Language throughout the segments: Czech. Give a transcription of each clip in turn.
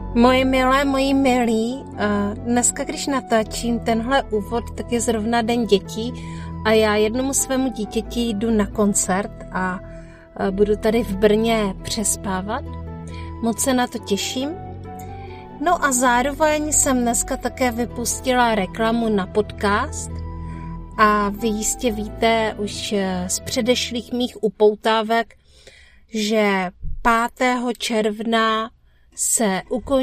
Moje milé, moji milí, dneska, když natáčím tenhle úvod, tak je zrovna Den dětí a já jednomu svému dítěti jdu na koncert a budu tady v Brně přespávat. Moc se na to těším. No a zároveň jsem dneska také vypustila reklamu na podcast a vy jistě víte už z předešlých mých upoutávek, že 5. června se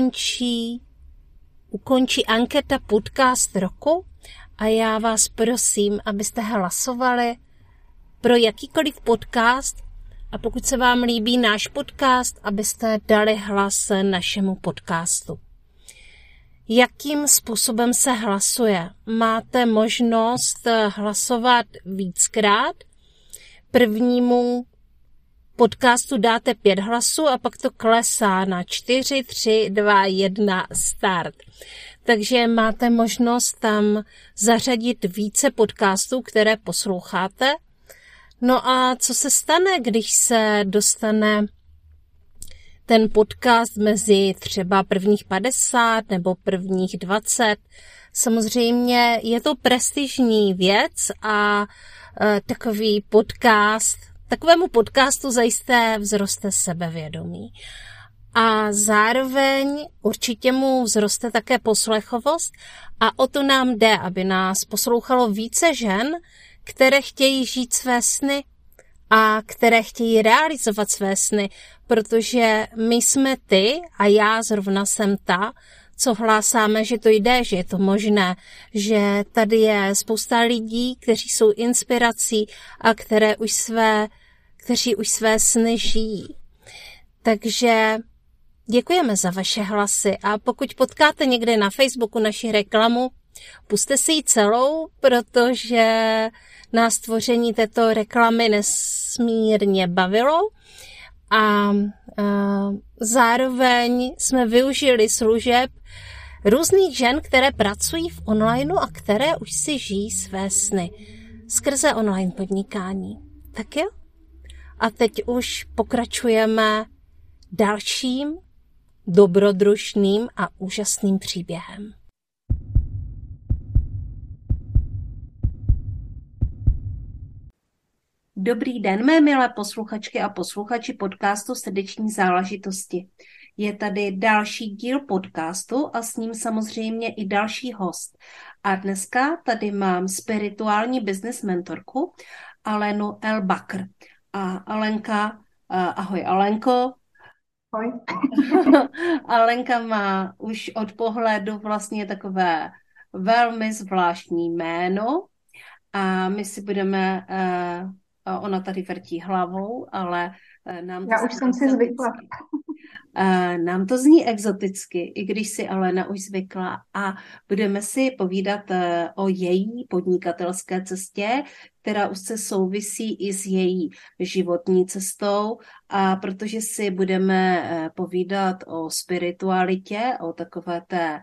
ukončí anketa Podcast roku a já vás prosím, abyste hlasovali pro jakýkoliv podcast a pokud se vám líbí náš podcast, abyste dali hlas našemu podcastu. Jakým způsobem se hlasuje? Máte možnost hlasovat víckrát. Prvnímu podcastu dáte 5 hlasů a pak to klesá na 4, 3, 2, 1, start. Takže máte možnost tam zařadit více podcastů, které posloucháte. No a co se stane, když se dostane ten podcast mezi třeba prvních 50 nebo prvních 20? Samozřejmě je to prestižní věc a takovému podcastu zajisté vzroste sebevědomí. A zároveň určitě mu vzroste také poslechovost a o to nám jde, aby nás poslouchalo více žen, které chtějí žít své sny a které chtějí realizovat své sny, protože my jsme ty a já zrovna jsem ta, co hlásáme, že to jde, že je to možné, že tady je spousta lidí, kteří jsou inspirací a kteří už své sny žijí. Takže děkujeme za vaše hlasy a pokud potkáte někde na Facebooku naši reklamu, pusťte si ji celou, protože nás tvoření této reklamy nesmírně bavilo a zároveň jsme využili služeb různých žen, které pracují v onlineu a které už si žijí své sny skrze online podnikání. Tak jo? A teď už pokračujeme dalším dobrodružným a úžasným příběhem. Dobrý den, mé milé posluchačky a posluchači podcastu Srdeční záležitosti. Je tady další díl podcastu a s ním samozřejmě i další host. A dneska tady mám spirituální business mentorku Alenu Elbakr. A Alenka, ahoj Alenko. Ahoj. Alenka má už od pohledu vlastně takové velmi zvláštní jméno a my si budeme... Ona tady vrtí hlavou, ale Já už jsem si zvykla. Nám to zní exoticky, i když si Alena už zvykla a budeme si povídat o její podnikatelské cestě, která už se souvisí i s její životní cestou a protože si budeme povídat o spiritualitě, o takové té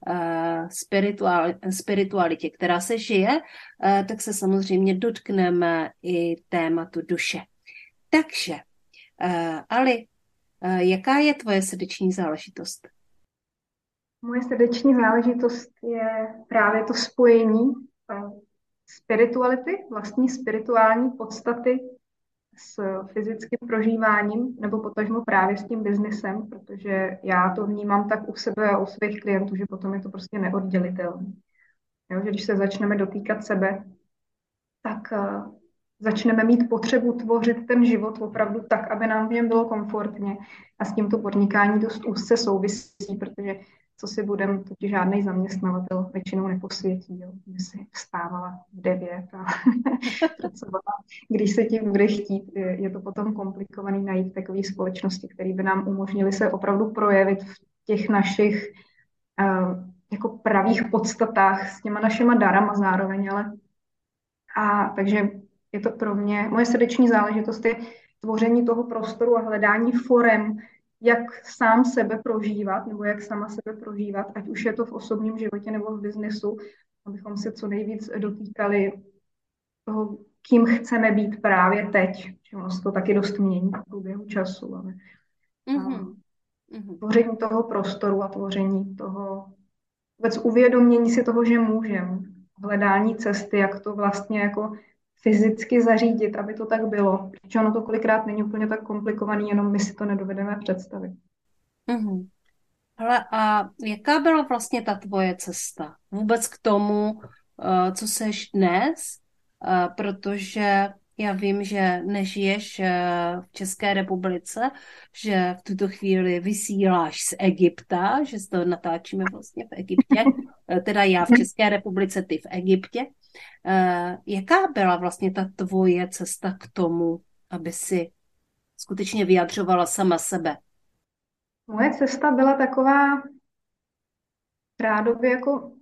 spiritualitě, která se žije, tak se samozřejmě dotkneme i tématu duše. Takže, Ali, jaká je tvoje srdeční záležitost? Moje srdeční záležitost je právě to spojení spirituality, vlastní spirituální podstaty s fyzickým prožíváním nebo potažmo právě s tím biznesem, protože já to vnímám tak u sebe a u svých klientů, že potom je to prostě neoddělitelné. Jo, že když se začneme dotýkat sebe, tak začneme mít potřebu tvořit ten život opravdu tak, aby nám v něm bylo komfortně a s tímto podnikání dost úzce souvisí, protože co si budem, totiž žádný zaměstnavatel většinou neposvětí, jo. Že si vstávala v 9 a pracovala. Když se tím bude chtít, je to potom komplikovaný najít takové společnosti, které by nám umožnily se opravdu projevit v těch našich jako pravých podstatách s těma našima darama zároveň, ale takže je to pro mě, moje srdeční záležitost je tvoření toho prostoru a hledání forem, jak sám sebe prožívat, nebo jak sama sebe prožívat, ať už je to v osobním životě nebo v biznesu, abychom se co nejvíc dotýkali toho, kým chceme být právě teď. Že ono se to taky dost mění v průběhu času. Ale, Mhm. tvoření toho prostoru a tvoření toho, vůbec uvědomění si toho, že můžem, hledání cesty, jak to vlastně jako fyzicky zařídit, aby to tak bylo. Protože ono to kolikrát není úplně tak komplikovaný, jenom my si to nedovedeme představit. Mhm. Hele, a jaká byla vlastně ta tvoje cesta vůbec k tomu, co seš dnes? Protože já vím, že nežiješ v České republice, že v tuto chvíli vysíláš z Egypta, že to natáčíme vlastně v Egyptě, teda já v České republice, ty v Egyptě. Jaká byla vlastně ta tvoje cesta k tomu, aby si skutečně vyjadřovala sama sebe? Moje cesta byla taková rádoby jako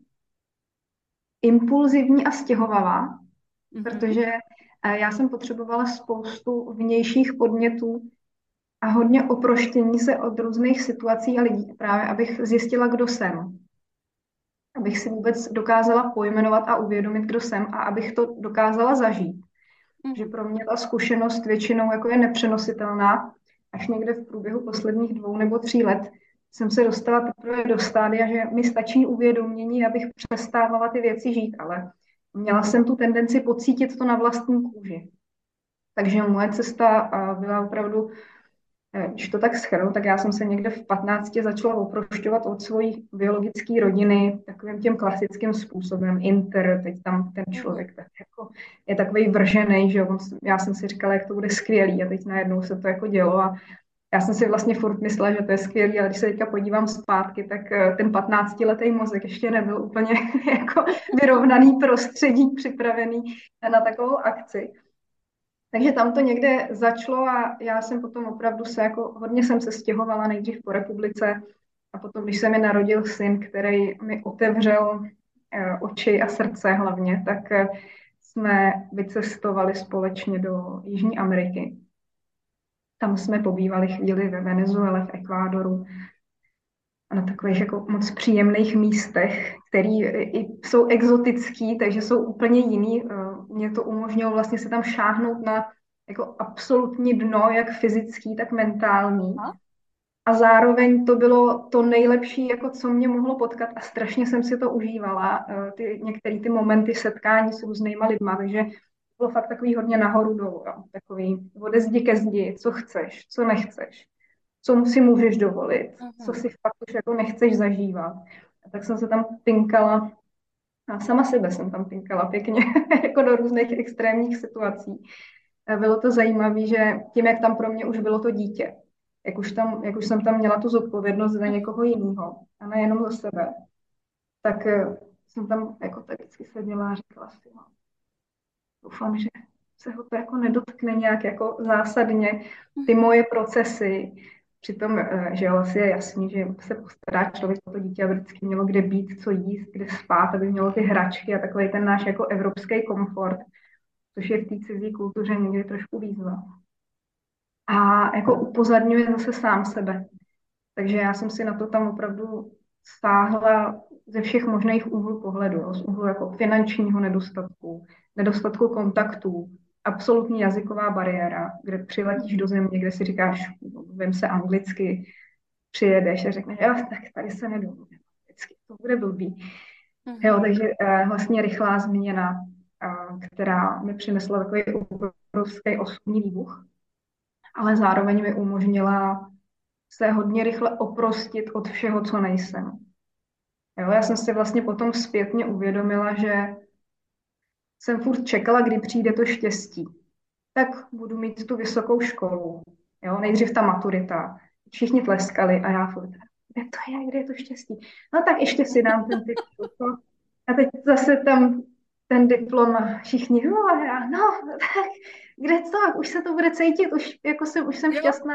impulzivní a stěhovavá, Mhm. protože já jsem potřebovala spoustu vnějších podnětů a hodně oproštění se od různých situací a lidí, právě abych zjistila, kdo jsem. Abych si vůbec dokázala pojmenovat a uvědomit, kdo jsem a abych to dokázala zažít. Že Mhm. pro mě ta zkušenost většinou jako je nepřenositelná. Až někde v průběhu posledních 2 nebo 3 let jsem se dostala teprve do stádia, že mi stačí uvědomění, abych přestávala ty věci žít, ale měla jsem tu tendenci pocítit to na vlastní kůži. Takže moje cesta byla opravdu, když to tak shrnu, tak já jsem se někde v 15 začala oprošťovat od svojí biologické rodiny takovým tím klasickým způsobem. Teď tam ten Mhm. člověk tak jako je takový vržený, že já jsem si říkala, jak to bude skvělý a teď najednou se to jako dělo a já jsem si vlastně furt myslela, že to je skvělý, ale když se teďka podívám zpátky, tak ten 15letý mozek ještě nebyl úplně jako vyrovnaný prostředí připravený na takovou akci. Takže tam to někde začalo a já jsem potom opravdu hodně jsem se stěhovala nejdřív po republice a potom, když se mi narodil syn, který mi otevřel oči a srdce hlavně, tak jsme vycestovali společně do Jižní Ameriky. Tam jsme pobývali chvíli ve Venezuele, v Ekvádoru a na takových jako moc příjemných místech, které jsou exotický, takže jsou úplně jiný. Mě to umožnilo vlastně se tam šáhnout na jako absolutní dno, jak fyzický, tak mentální. A? A zároveň to bylo to nejlepší, jako co mě mohlo potkat a strašně jsem si to užívala, některé ty momenty setkání s různýma lidma, takže bylo fakt takový hodně nahoru dolů, jo. Takový ode zdi ke zdi, co chceš, co nechceš, co si můžeš dovolit, co Mhm. si fakt už jako nechceš zažívat. A tak jsem se tam pinkala, a sama sebe jsem tam pinkala pěkně, jako do různých extrémních situací. Bylo to zajímavé, že tím, jak tam pro mě už bylo to dítě, jak už jsem tam měla tu zodpovědnost za někoho jiného a nejenom za sebe, tak jsem tam jako tak vždycky seděla a říkala si, no, doufám, že se ho to jako nedotkne nějak jako zásadně ty Mhm. moje procesy. Přitom, že jo, asi je jasný, že se postará člověk o to dítě, aby vždycky mělo kde být, co jíst, kde spát, aby mělo ty hračky a takový ten náš jako evropský komfort, což je v té cizí kultuře někdy trošku výzva. A jako upozorňuje zase sám sebe. Takže já jsem si na to tam opravdu stáhla ze všech možných úhlů pohledu. Jo. Z úhlu jako finančního nedostatku, nedostatku kontaktů, absolutní jazyková bariéra, kde přiletíš do země, kde si říkáš, vím se anglicky, přijedeš a řekneš, jo, tak tady se nedomluvím anglicky, to bude blbý. Jo, Mhm. takže vlastně rychlá změna, která mi přinesla takový obrovský osobní výbuch, ale zároveň mi umožnila se hodně rychle oprostit od všeho, co nejsem. Jo, já jsem si vlastně potom zpětně uvědomila, že jsem furt čekala, kdy přijde to štěstí. Tak budu mít tu vysokou školu. Jo, nejdřív ta maturita. Všichni tleskali a já furt, kde je to štěstí? No tak ještě si dám ten titul. A teď zase tam ten diplom a všichni, no, a já, no, tak kde to? Už se to bude cítit, už jsem Jo. šťastná.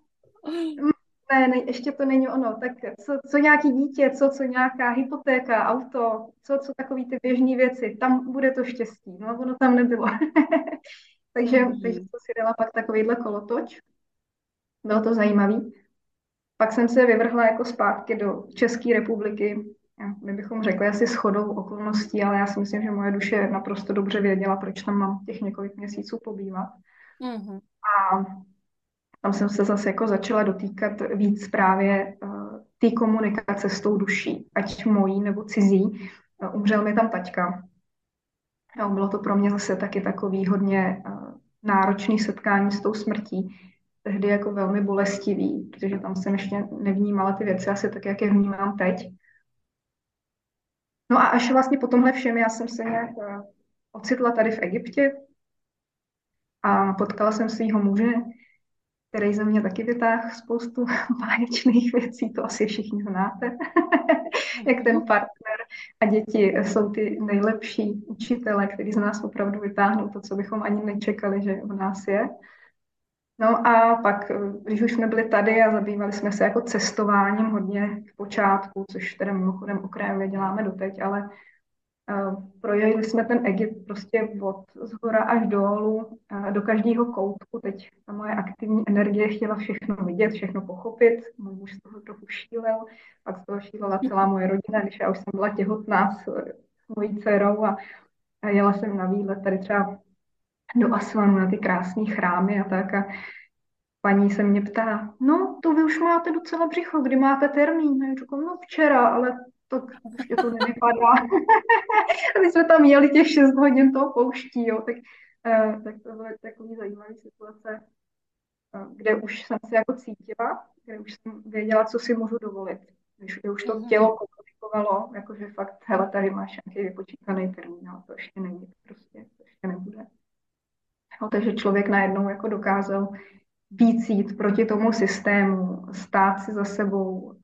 Ne, ještě to není ono. Tak co nějaký dítě, co nějaká hypotéka, auto, co takový ty běžné věci, tam bude to štěstí. No, ono tam nebylo. Takže Mhm. jsem si dala pak takovýhle kolotoč. Bylo to zajímavý. Pak jsem se vyvrhla jako zpátky do České republiky. My bychom řekli asi shodou okolností, ale já si myslím, že moje duše naprosto dobře věděla, proč tam mám těch několik měsíců pobývat. Mhm. A tam jsem se zase jako začala dotýkat víc právě té komunikace s tou duší, ať mojí nebo cizí. Umřel mi tam taťka. No, bylo to pro mě zase taky takový hodně náročný setkání s tou smrtí. Tehdy jako velmi bolestivý, protože tam jsem ještě nevnímala ty věci asi tak, jak je vnímám teď. No a až vlastně po tomhle všem já jsem se nějak ocitla tady v Egyptě a potkala jsem svého muže, který ze mě taky vytáhl spoustu báječných věcí, to asi všichni znáte, jak ten partner a děti jsou ty nejlepší učitele, kteří z nás opravdu vytáhnou to, co bychom ani nečekali, že v nás je. No a pak, když už jsme byli tady a zabývali jsme se jako cestováním hodně v počátku, což teda mimochodem okrajově děláme doteď, ale projeli jsme ten Egypt prostě od zhora až dolů, do každého koutku. Teď ta moje aktivní energie chtěla všechno vidět, všechno pochopit. Můj muž z toho trochu šílel, pak z toho šílela celá moje rodina, když já už jsem byla těhotná s mojí dcerou a jela jsem na výlet tady třeba do Asvanu na ty krásné chrámy a tak. A paní se mě ptá, no to vy už máte docela břicho, kdy máte termín? A já říkám, no včera, ale tak ještě to nevypadá. My jsme tam jeli těch 6 hodin toho pouští, jo, tak to byly takové zajímavé situace, kde už jsem se jako cítila, kde už jsem věděla, co si můžu dovolit. Když už to tělo komunikovalo, jakože fakt, hele, tady máš nějaký vypočítaný termín, ale to ještě není, prostě, to ještě nebude. No, takže člověk najednou jako dokázal víc jít proti tomu systému, stát si za sebou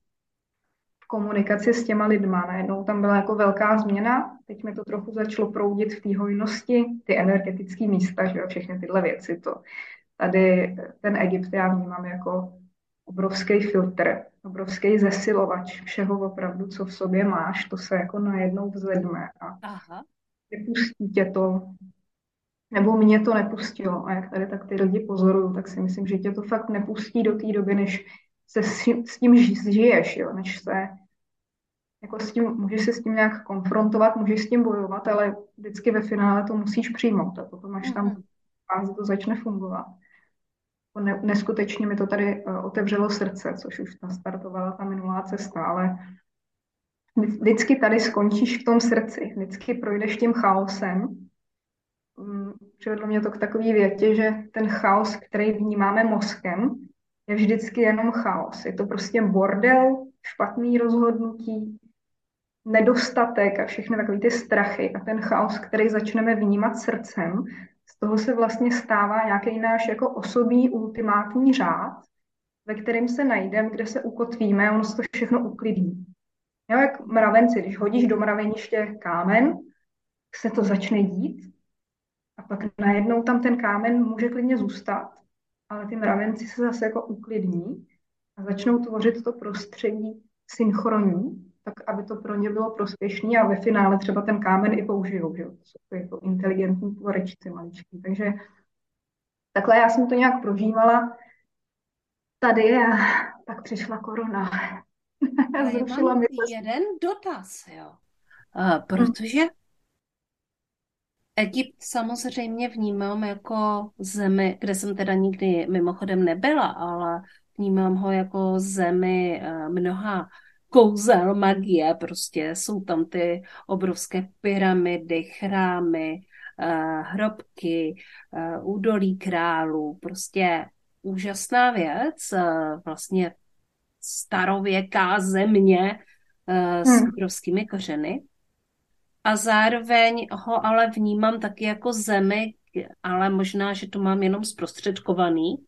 v komunikaci s těma lidma. Najednou tam byla jako velká změna, teď mi to trochu začalo proudit v té hojnosti, ty energetické místa, že jo, všechny tyhle věci. Tady ten Egypt já vnímám jako obrovský filtr, obrovský zesilovač všeho opravdu, co v sobě máš, to se jako najednou vzedme a nepustí tě to, nebo mě to nepustilo. A jak tady tak ty lidi pozoruju, tak si myslím, že tě to fakt nepustí do té doby, než se s tím žiješ, jo? Než se jako s tím, můžeš se s tím nějak konfrontovat, můžeš s tím bojovat, ale vždycky ve finále to musíš přijmout a potom až tam fázi to začne fungovat. Neskutečně mi to tady otevřelo srdce, což už nastartovala ta minulá cesta, ale vždycky tady skončíš v tom srdci, vždycky projdeš tím chaosem. Přivedlo mě to k takové větě, že ten chaos, který vnímáme mozkem, je vždycky jenom chaos. Je to prostě bordel, špatný rozhodnutí, nedostatek a všechny takové ty strachy a ten chaos, který začneme vnímat srdcem, z toho se vlastně stává nějaký náš jako osobní ultimátní řád, ve kterém se najdeme, kde se ukotvíme a ono se to všechno uklidní. Jo, jak mravenci, když hodíš do mraveniště kámen, se to začne dít a pak najednou tam ten kámen může klidně zůstat, ale ty mravenci se zase jako uklidní a začnou tvořit to prostředí synchronní, tak aby to pro ně bylo prospěšné a ve finále třeba ten kámen i použijou, že? To jsou jako inteligentní tvorečci maličký. Takže takhle já jsem to nějak prožívala tady a pak přišla korona. Zrušila mi jeden dotaz, jo. Protože Egypt samozřejmě vnímám jako zemi, kde jsem teda nikdy mimochodem nebyla, ale vnímám ho jako zemi mnoha kouzel, magie, prostě jsou tam ty obrovské pyramidy, chrámy, hrobky, údolí králů, prostě úžasná věc, vlastně starověká země s obrovskými kořeny. A zároveň ho ale vnímám taky jako zemi, ale možná, že to mám jenom zprostředkovaný,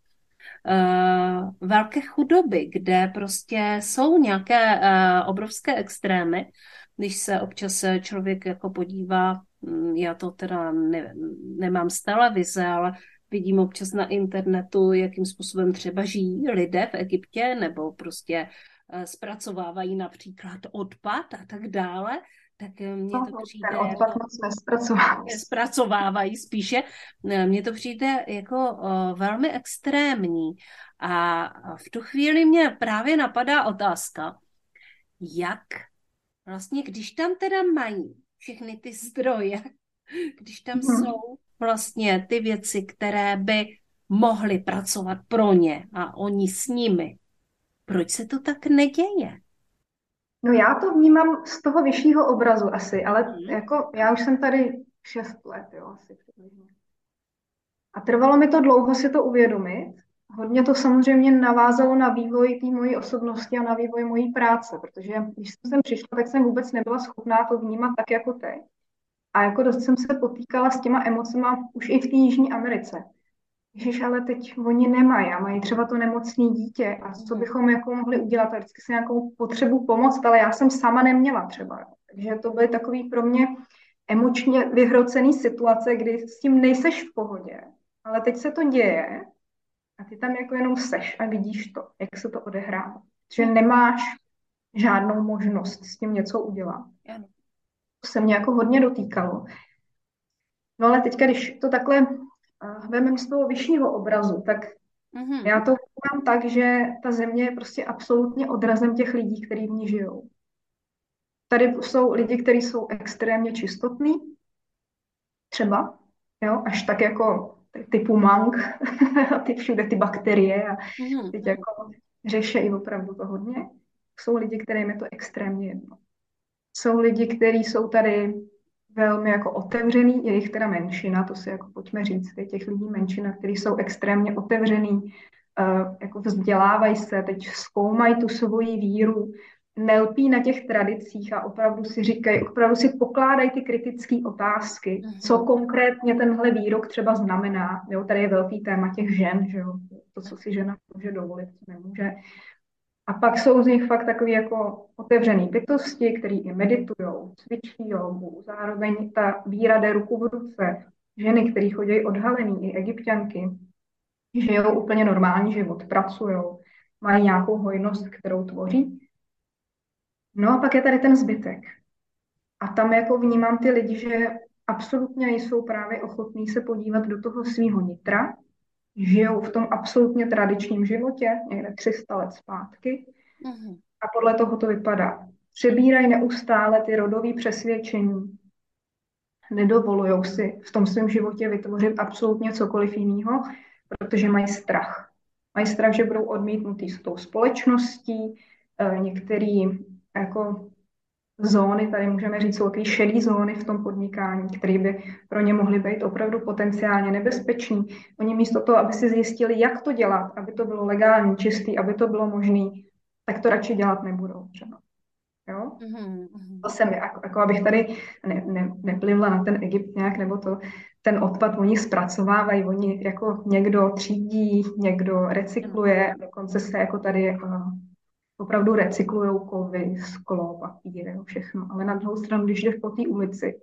velké chudoby, kde prostě jsou nějaké obrovské extrémy. Když se občas člověk jako podívá, já to teda nemám z televize, ale vidím občas na internetu, jakým způsobem třeba žijí lidé v Egyptě, nebo prostě zpracovávají například odpad a tak dále, tak mně to přijde jako... zpracovávají spíše. Mně to přijde jako velmi extrémní. A v tu chvíli mě právě napadá otázka, jak vlastně, když tam teda mají všechny ty zdroje, když tam jsou vlastně ty věci, které by mohli pracovat pro ně a oni s nimi. Proč se to tak neděje? No já to vnímám z toho vyššího obrazu asi, ale Mhm. jako já už jsem tady 6 let, jo, asi přibližně. A trvalo mi to dlouho si to uvědomit. Hodně to samozřejmě navázalo na vývoj té mojí osobnosti a na vývoj mojí práce, protože když jsem sem přišla, tak jsem vůbec nebyla schopná to vnímat tak jako teď. A jako dost jsem se potýkala s těma emocema už i v té Jižní Americe. Ježiš, ale teď oni nemají a mají třeba to nemocné dítě a co bychom jako mohli udělat a vždycky si nějakou potřebu pomoct, ale já jsem sama neměla třeba. Takže to byly takový pro mě emočně vyhrocený situace, kdy s tím nejseš v pohodě, ale teď se to děje a ty tam jako jenom seš a vidíš to, jak se to odehrává. Že nemáš žádnou možnost s tím něco udělat. Ano. To se mě jako hodně dotýkalo. No ale teďka, když to takhle vezmeme z toho vyššího obrazu, tak Mhm. já to vnímám tak, že ta země je prostě absolutně odrazem těch lidí, kteří v ní žijou. Tady jsou lidi, kteří jsou extrémně čistotní, třeba, jo, až tak jako typu mang, a ty všude ty bakterie a Mhm. teď jako řešejí opravdu to hodně. Jsou lidi, kterým je to extrémně jedno. Jsou lidi, kteří jsou tady velmi jako otevřený, je jich teda menšina, to si jako pojďme říct, je těch lidí menšina, kteří jsou extrémně otevřený, jako vzdělávají se, teď zkoumají tu svoji víru, nelpí na těch tradicích a opravdu si říkají, opravdu si pokládají ty kritické otázky, co konkrétně tenhle výrok třeba znamená. Jo, tady je velký téma těch žen, že jo, to, co si žena může dovolit, co nemůže. A pak jsou z nich fakt takový jako otevřený bytosti, který i meditujou, cvičí jogu, zároveň ta víra jde ruku v ruce. Ženy, které chodí odhalený, i Egypťanky, žijou úplně normální život, pracujou, mají nějakou hojnost, kterou tvoří. No a pak je tady ten zbytek. A tam jako vnímám ty lidi, že absolutně nejsou právě ochotní se podívat do toho svého nitra, žijou v tom absolutně tradičním životě, někde 300 let zpátky, Mhm. a podle toho to vypadá. Přebírají neustále ty rodové přesvědčení, nedovolují si v tom svém životě vytvořit absolutně cokoliv jiného, protože mají strach. Mají strach, že budou odmítnutý s tou společností, některé jako zóny, tady můžeme říct, jsou takové šedé zóny v tom podnikání, které by pro ně mohly být opravdu potenciálně nebezpečný. Oni místo toho, aby si zjistili, jak to dělat, aby to bylo legální, čistý, aby to bylo možné, tak to radši dělat nebudou třeba. Jo? Mhm. To jsem, jako abych tady neplivla na ten Egypt nějak, nebo to, ten odpad oni zpracovávají, oni jako někdo třídí, někdo recykluje, dokonce se jako tady opravdu recyklujou kovy, sklo, papír, všechno. Ale na druhou stranu, když jdeš po té ulici,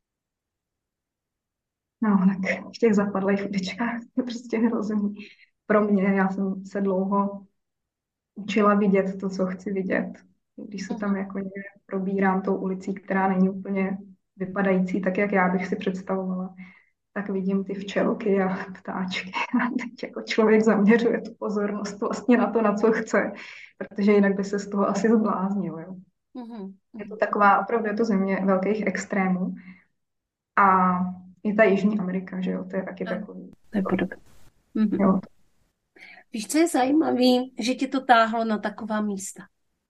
no tak v těch zapadlých uličkách je prostě hrozný. Pro mě, já jsem se dlouho učila vidět to, co chci vidět. Když se tam jako někde probírám tou ulicí, která není úplně vypadající tak, jak já bych si představovala, tak vidím ty včelky a ptáčky. A teď jako člověk zaměřuje tu pozornost vlastně na to, na co chce, protože jinak by se z toho asi zbláznil. Jo. Mhm. Je to taková, opravdu je to země velkých extrémů. A je ta Jižní Amerika, že jo, to je taky takový. To je podobné. Mhm. Jo. Víš, co je zajímavé, že tě to táhlo na taková místa?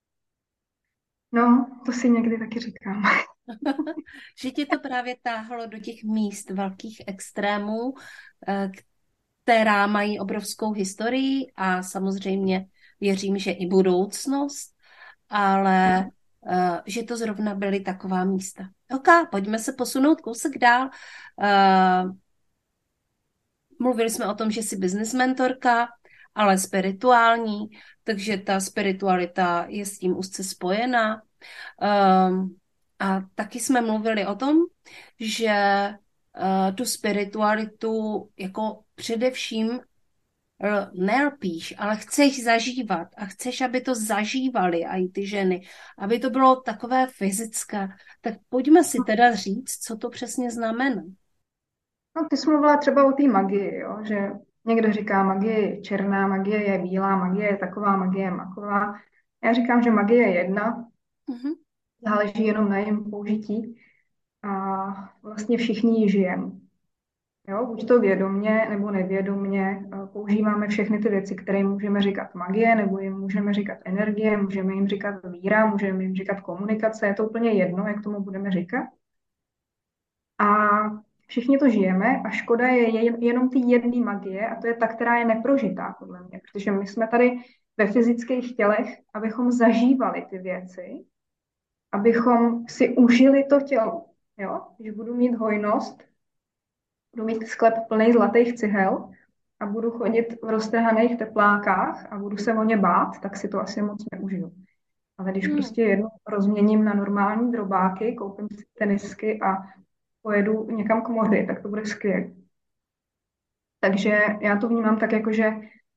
No, to si někdy taky říkám. Že tě to právě táhlo do těch míst velkých extrémů, která mají obrovskou historii a samozřejmě věřím, že i budoucnost, ale že to zrovna byly taková místa. Ok, pojďme se posunout kousek dál. Mluvili jsme o tom, že jsi business mentorka, ale spirituální, takže ta spiritualita je s tím úzce spojená. A taky jsme mluvili o tom, že tu spiritualitu jako především nelpíš, ale chceš zažívat a chceš, aby to zažívali i ty ženy, aby to bylo takové fyzické. Tak pojďme si teda říct, co to přesně znamená. No, ty jsi mluvila třeba o té magii, jo? Že někdo říká, magie je černá, magie je bílá, magie je taková, magie je maková. Já říkám, že magie je jedna, záleží jenom na jejím použití a vlastně všichni ji žijeme. Jo, buď to vědomně nebo nevědomně používáme všechny ty věci, které můžeme říkat magie, nebo jim můžeme říkat energie, můžeme jim říkat víra, můžeme jim říkat komunikace, je to úplně jedno, jak tomu budeme říkat. A všichni to žijeme a škoda je jenom ty jedné magie a to je ta, která je neprožitá, podle mě, protože my jsme tady ve fyzických tělech, abychom zažívali ty věci, abychom si užili to tělo. Jo? Když budu mít hojnost, budu mít sklep plný zlatých cihel a budu chodit v roztrhaných teplákách a budu se o ně bát, tak si to asi moc neužiju. Ale když prostě jednou rozměním na normální drobáky, koupím si tenisky a pojedu někam k moři, tak to bude skvělé. Takže já to vnímám tak, jako že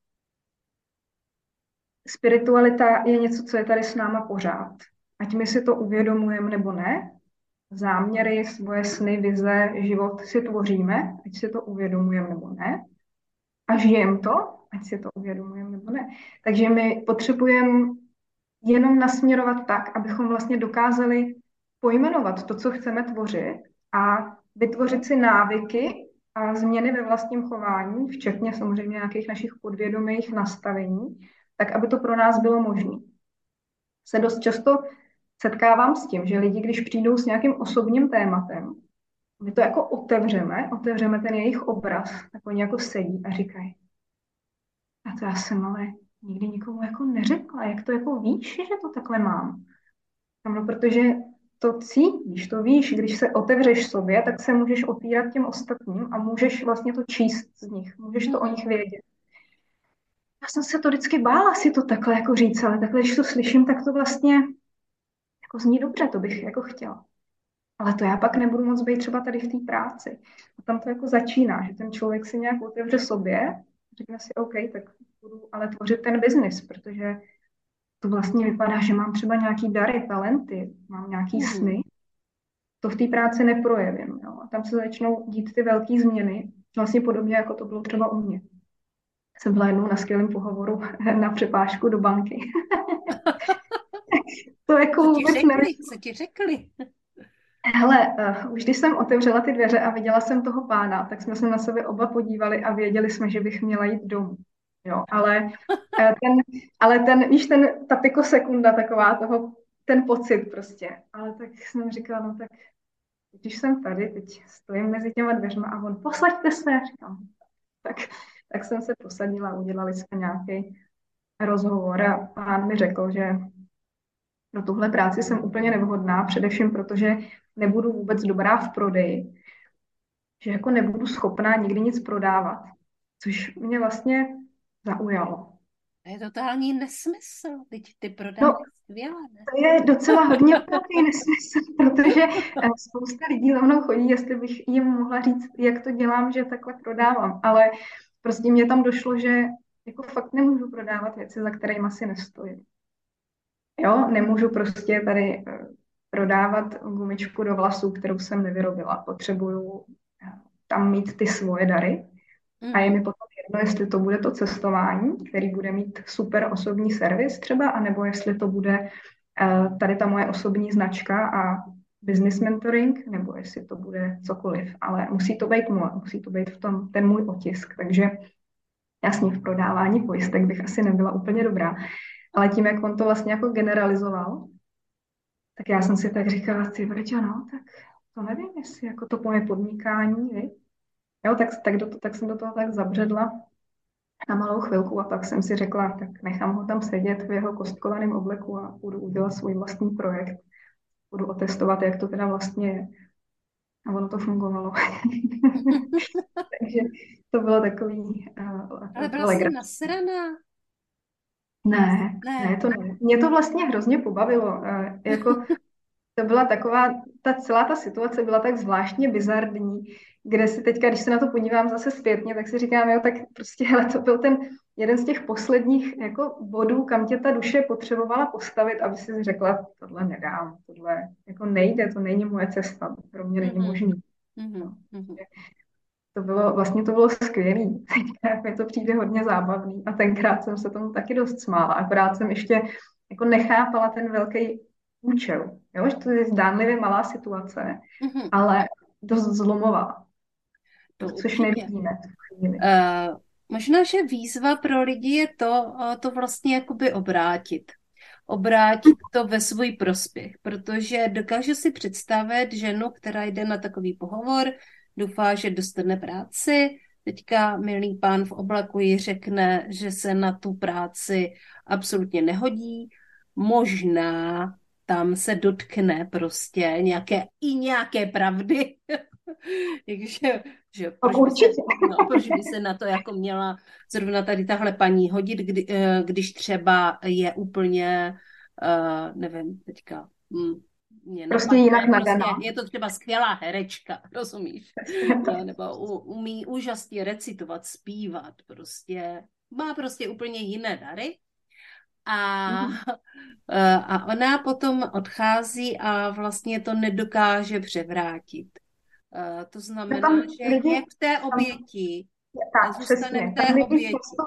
spiritualita je něco, co je tady s náma pořád. Ať my si to uvědomujeme nebo ne, záměry, svoje sny, vize, život si tvoříme, ať si to uvědomujeme nebo ne. A žijeme to, ať si to uvědomujeme nebo ne. Takže my potřebujeme jenom nasměrovat tak, abychom vlastně dokázali pojmenovat to, co chceme tvořit a vytvořit si návyky a změny ve vlastním chování, včetně samozřejmě nějakých našich podvědomých nastavení, tak aby to pro nás bylo možné. Se dost často setkávám s tím, že lidi, když přijdou s nějakým osobním tématem, my to jako otevřeme ten jejich obraz, tak oni jako sedí a říkají, a to já jsem ale nikdy nikomu jako neřekla, jak to jako víš, že to takhle mám. No, protože to cítíš, to víš, když se otevřeš sobě, tak se můžeš otvírat těm ostatním a můžeš vlastně to číst z nich, můžeš to o nich vědět. Já jsem se to vždycky bála si to takhle jako říct, ale takhle, když to slyším, tak to vlastně jako zní dobře, to bych jako chtěla. Ale to já pak nebudu moc být třeba tady v té práci. A tam to jako začíná, že ten člověk si nějak otevře sobě, řekne si, OK, tak budu ale tvořit ten biznis, protože to vlastně vypadá, že mám třeba nějaký dary, talenty, mám nějaký sny, to v té práci neprojevím. Jo? A tam se začnou dít ty velké změny, vlastně podobně, jako to bylo třeba u mě. Jsem byla jednou na skvělém pohovoru na přepážku do banky. To jako vůbec nevím. Co ti řekli? Hele, už když jsem otevřela ty dveře a viděla jsem toho pána, tak jsme se na sebe oba podívali a věděli jsme, že bych měla jít domů. Jo, ale ta pikosekunda taková toho, ten pocit prostě. Ale tak jsem říkala, no tak, když jsem tady, teď stojím mezi těma dveřma a on, posaďte se, říkám. Tak jsem se posadila, udělali jsme nějaký rozhovor a pán mi řekl, že pro tuhle práci jsem úplně nevhodná, především protože nebudu vůbec dobrá v prodeji, že jako nebudu schopná nikdy nic prodávat, což mě vlastně zaujalo. To je totální nesmysl, teď ty prodáváš skvěle, ne? To je docela hodně velký nesmysl, protože spousta lidí za mnou chodí, jestli bych jim mohla říct, jak to dělám, že takhle prodávám, ale prostě mě tam došlo, že jako fakt nemůžu prodávat věci, za kterými si nestojím. Jo, nemůžu prostě tady prodávat gumičku do vlasů, kterou jsem nevyrobila. Potřebuju tam mít ty svoje dary. A je mi potom jedno, jestli to bude to cestování, který bude mít super osobní servis třeba, anebo jestli to bude tady ta moje osobní značka a business mentoring, nebo jestli to bude cokoliv. Ale musí to být můj, musí to být v tom ten můj otisk. Takže jasně v prodávání pojistek bych asi nebyla úplně dobrá. Ale tím, jak on to vlastně jako generalizoval, tak já jsem si tak říkala, ty brďo, no, tak to nevím, jestli jako to moje podnikání, vy? Jo, tak jsem do toho tak zabředla na malou chvilku a pak jsem si řekla, tak nechám ho tam sedět v jeho kostkovaném obleku a budu udělat svůj vlastní projekt. Budu otestovat, jak to teda vlastně je. A ono to fungovalo. Takže to bylo takový... Ale byla jsi nasraná? Ne, to ne. Mě to vlastně hrozně pobavilo. Jako, to byla taková, celá ta situace byla tak zvláštně bizarní, kde si teďka, když se na to podívám zase zpětně, tak si říkám, jo, tak prostě, hele, to byl ten jeden z těch posledních jako bodů, kam tě ta duše potřebovala postavit, aby si řekla, tohle nedám, tohle jako nejde, to není moje cesta, to pro mě není možný. To bylo skvělý. Mi to přijde hodně zábavný a tenkrát jsem se tomu taky dost smála. Akorát jsem ještě jako nechápala ten velký účel. Jo? Že to je zdánlivě malá situace, ale dost zlomová. To což určitě. nevidíme v tu chvíli. Možná, že výzva pro lidi je to vlastně jakoby obrátit to ve svůj prospěch, protože dokážu si představit ženu, která jde na takový pohovor, doufá, že dostane práci, teďka milý pán v oblaku jí řekne, že se na tu práci absolutně nehodí, možná tam se dotkne prostě nějaké pravdy. Takže že Určitě. proč by se na to jako měla zrovna tady tahle paní hodit, když třeba je úplně, nevím, teďka mě Prostě napadne, jinak nadaná. je to třeba skvělá herečka, rozumíš? Nebo umí úžasně recitovat, zpívat, prostě má prostě úplně jiné dary. A ona potom odchází a vlastně to nedokáže převrátit. To znamená, že lidi, je v té oběti. tak, Zůstane přesně. v té Tam lidi oběti. často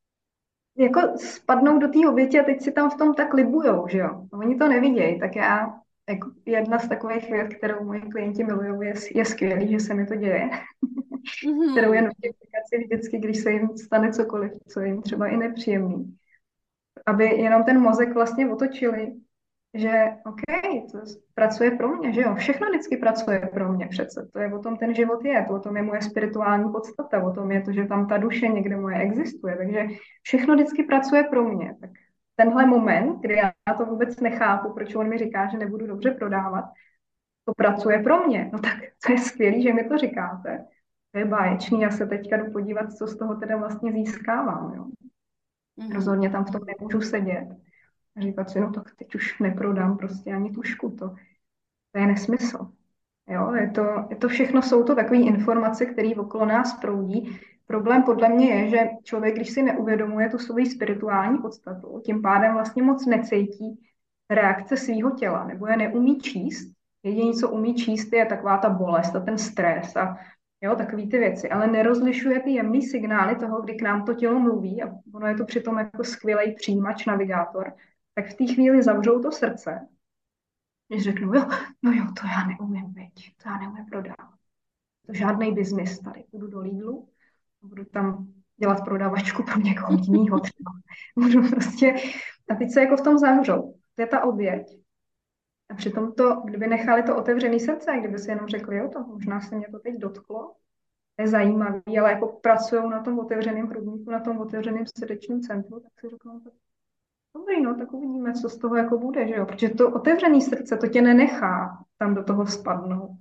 jako spadnou do té oběti a teď si tam v tom tak libujou, že jo. Oni to nevidějí, tak já, jako jedna z takových věc, kterou moji klienti milují, je skvělý, že se mi to děje, kterou je notifikaci vždycky, když se jim stane cokoliv, co je jim třeba i nepříjemný. Aby jenom ten mozek vlastně otočili, že OK, to pracuje pro mě, že jo, všechno vždycky pracuje pro mě přece, to je o tom ten život je, to o tom je moje spirituální podstata, o tom je to, že tam ta duše někde moje existuje, takže všechno vždycky pracuje pro mě, tak tenhle moment, kdy já to vůbec nechápu, proč on mi říká, že nebudu dobře prodávat, to pracuje pro mě, no tak to je skvělý, že mi to říkáte, to je báječný, já se teďka jdu podívat, co z toho teda vlastně získávám, jo. Rozhodně tam v tom nemůžu sedět. A říkat si, no tak teď už neprodám prostě ani tušku, to je nesmysl. Jo, je to všechno, jsou to takové informace, které okolo nás proudí. Problém podle mě je, že člověk, když si neuvědomuje tu svoji spirituální podstatu, tím pádem vlastně moc necítí reakce svého těla, nebo je neumí číst. Jediné, co umí číst, je taková ta bolest a ten stres a jo, takové ty věci, ale nerozlišuje ty jemné signály toho, kdy k nám to tělo mluví a ono je to přitom jako skvělý přijímač, navigátor, tak v té chvíli zavřou to srdce, když řeknou, jo, no jo, to já neumím, veď, to já neumím prodávat. To žádný biznis tady. Půjdu do Lidlu, budu tam dělat prodavačku pro někoho jinýho třeba. Budu prostě, a teď se jako v tom zavřou. To je ta oběť. A přitom to, kdyby nechali to otevřené srdce, kdyby si jenom řekli, jo, to možná se mě to teď dotklo, to je zajímavý, ale jako pracují na tom otevřeném průdníku, na tom otevřeném srdečním centru, tak si řeknou, tak dobrý, no, tak uvidíme, co z toho jako bude, že jo? Protože to otevřené srdce, to tě nenechá tam do toho spadnout.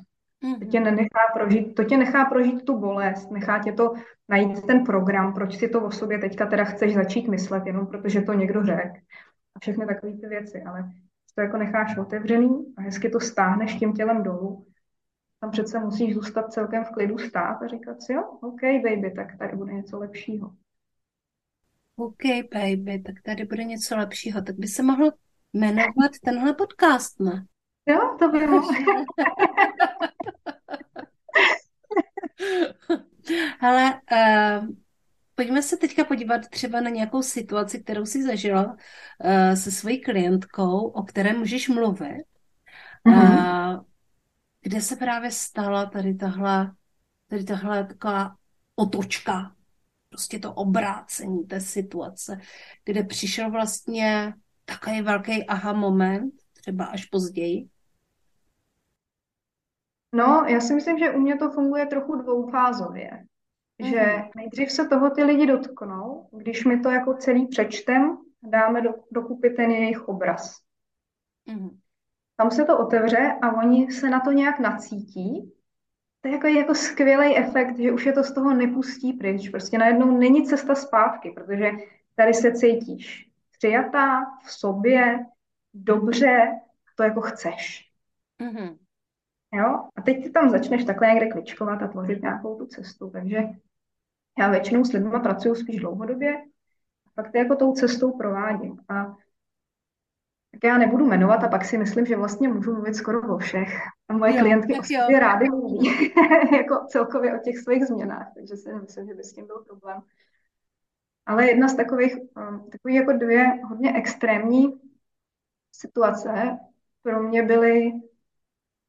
To tě nechá prožít tu bolest, nechá tě to najít ten program, proč si to o sobě teďka teda chceš začít myslet, jenom protože to někdo řekl. A všechny takové ty věci, ale to jako necháš otevřený a hezky to stáhneš tím tělem dolů. Tam přece musíš zůstat celkem v klidu stát a říkat si, jo, OK, baby, tak tady bude něco lepšího. OK, baby, tak tady bude něco lepšího. Tak by se mohl jmenovat tenhle podcast, ne? Jo, to by mohlo. Hele, pojďme se teďka podívat třeba na nějakou situaci, kterou jsi zažila se svojí klientkou, o které můžeš mluvit. Kde se právě stala tady tahle taková otočka, prostě to obrácení té situace, kde přišel vlastně takový velký aha moment, třeba až později? No, já si myslím, že u mě to funguje trochu dvoufázově. Že nejdřív se toho ty lidi dotknou, když my to jako celý přečtem, dáme dokupy ten jejich obraz. Tam se to otevře a oni se na to nějak nacítí. To je jako skvělý efekt, že už je to z toho nepustí pryč. Prostě najednou není cesta zpátky, protože tady se cítíš přijatá v sobě, dobře, to jako chceš. Jo? A teď ty tam začneš takhle někde kličkovat a tvořit nějakou tu cestu. Takže já většinou s lidmi pracuji spíš dlouhodobě a pak to jako tou cestou provádím. A tak já nebudu jmenovat a pak si myslím, že vlastně můžu mluvit skoro o všech. A moje klientky o sobě rády mluví jako celkově o těch svých změnách, takže si nemyslím, že by s tím byl problém. Ale jedna z takových jako dvě hodně extrémní situace pro mě byly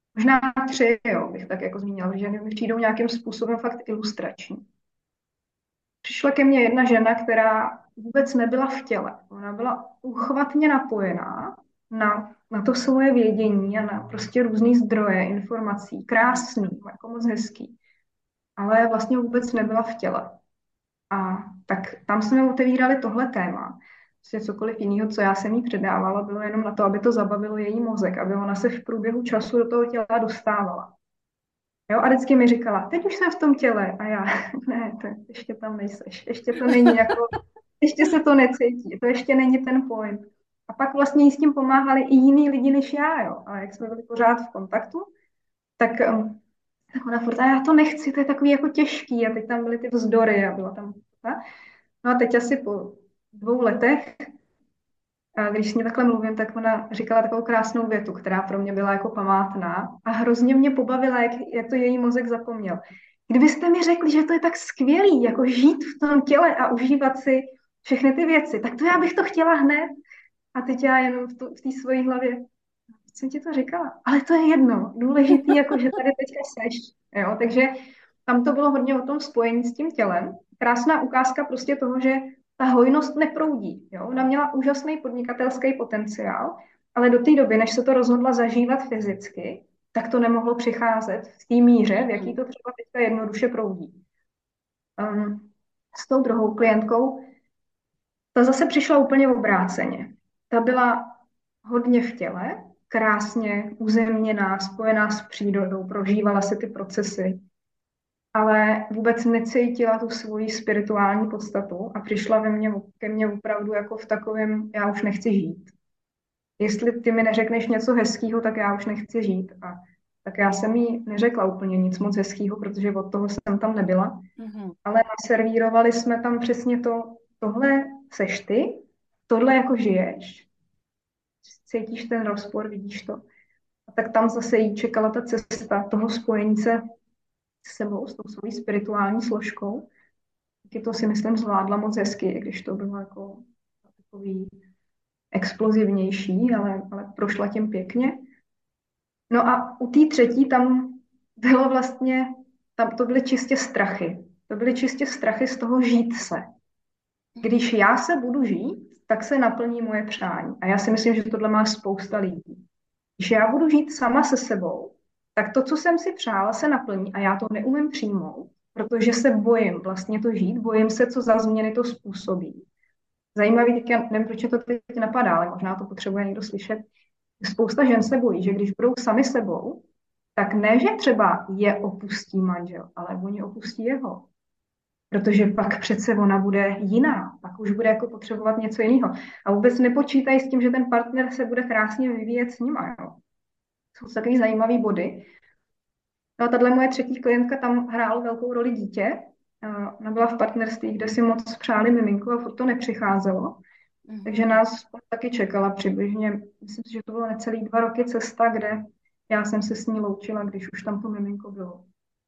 Možná 3, jo, bych tak jako zmínila, že mi přijdou nějakým způsobem fakt ilustrační. Přišla ke mně jedna žena, která vůbec nebyla v těle. Ona byla uchvatně napojená na to svoje vědění a na prostě různý zdroje informací. Krásný, jako moc hezký. Ale vlastně vůbec nebyla v těle. A tak tam jsme otevírali tohle téma. Prostě cokoliv jiného, co já jsem jí předávala, bylo jenom na to, aby to zabavilo její mozek, aby ona se v průběhu času do toho těla dostávala. Jo, a vždycky mi říkala, teď už jsem v tom těle. A já, ne, ještě tam nejseš, ještě to není jako, ještě se to necítí, to ještě není ten point. A pak vlastně jí s tím pomáhali i jiní lidi než já, jo. A jak jsme byli pořád v kontaktu, tak ona furt, a já to nechci, to je takový jako těžký. A teď tam byly ty vzdory a byla tam. No a teď asi po 2 letech, a když s ní takhle mluvím, tak ona říkala takovou krásnou větu, která pro mě byla jako památná a hrozně mě pobavila, jak to její mozek zapomněl. Kdybyste mi řekli, že to je tak skvělý, jako žít v tom těle a užívat si všechny ty věci, tak to já bych to chtěla hned. A teď já jenom v té svojí hlavě, co jsem ti to říkala? Ale to je jedno, důležitý, jako že tady teďka seš. Jo? Takže tam to bylo hodně o tom spojení s tím tělem. Krásná ukázka prostě toho, že ta hojnost neproudí. Jo? Ona měla úžasný podnikatelský potenciál, ale do té doby, než se to rozhodla zažívat fyzicky, tak to nemohlo přicházet v té míře, v jaký to třeba teďka jednoduše proudí. S tou druhou klientkou, ta zase přišla úplně obráceně. Ta byla hodně v těle, krásně uzemněná, spojená s přírodou, prožívala si ty procesy, ale vůbec necítila tu svoji spirituální podstatu a přišla ke mně opravdu jako v takovém, já už nechci žít. Jestli ty mi neřekneš něco hezkého, tak já už nechci žít. A tak já jsem jí neřekla úplně nic moc hezkého, protože od toho jsem tam nebyla. Ale naservírovali jsme tam přesně tohle seš ty, tohle jako žiješ, cítíš ten rozpor, vidíš to. A tak tam zase jí čekala ta cesta toho spojení se s sebou, s tou svojí spirituální složkou. Taky to si myslím zvládla moc hezky, když to bylo jako takový explozivnější, ale prošla tím pěkně. No a u té třetí tam bylo vlastně, tam to byly čistě strachy. To byly čistě strachy z toho žít se. Když já se budu žít, tak se naplní moje přání. A já si myslím, že tohle má spousta lidí. Když já budu žít sama se sebou, tak to, co jsem si přála, se naplní a já to neumím přijmout, protože se bojím vlastně to žít, bojím se, co za změny to způsobí. Zajímavý, teď já nevím, proč to teď napadá, ale možná to potřebuje někdo slyšet. Spousta žen se bojí, že když budou sami sebou, tak ne, že třeba je opustí manžel, ale oni opustí jeho. Protože pak přece ona bude jiná, pak už bude jako potřebovat něco jiného. A vůbec nepočítají s tím, že ten partner se bude krásně vyvíjet s nima. Jo. Jsou takový zajímavý body. No a tahle moje třetí klientka, tam hrálo velkou roli dítě. Ona byla v partnerství, kde si moc přáli miminko a furt to nepřicházelo. Takže nás taky čekala přibližně, myslím si, že to bylo necelý 2 roky cesta, kde já jsem se s ní loučila, když už tam to miminko bylo.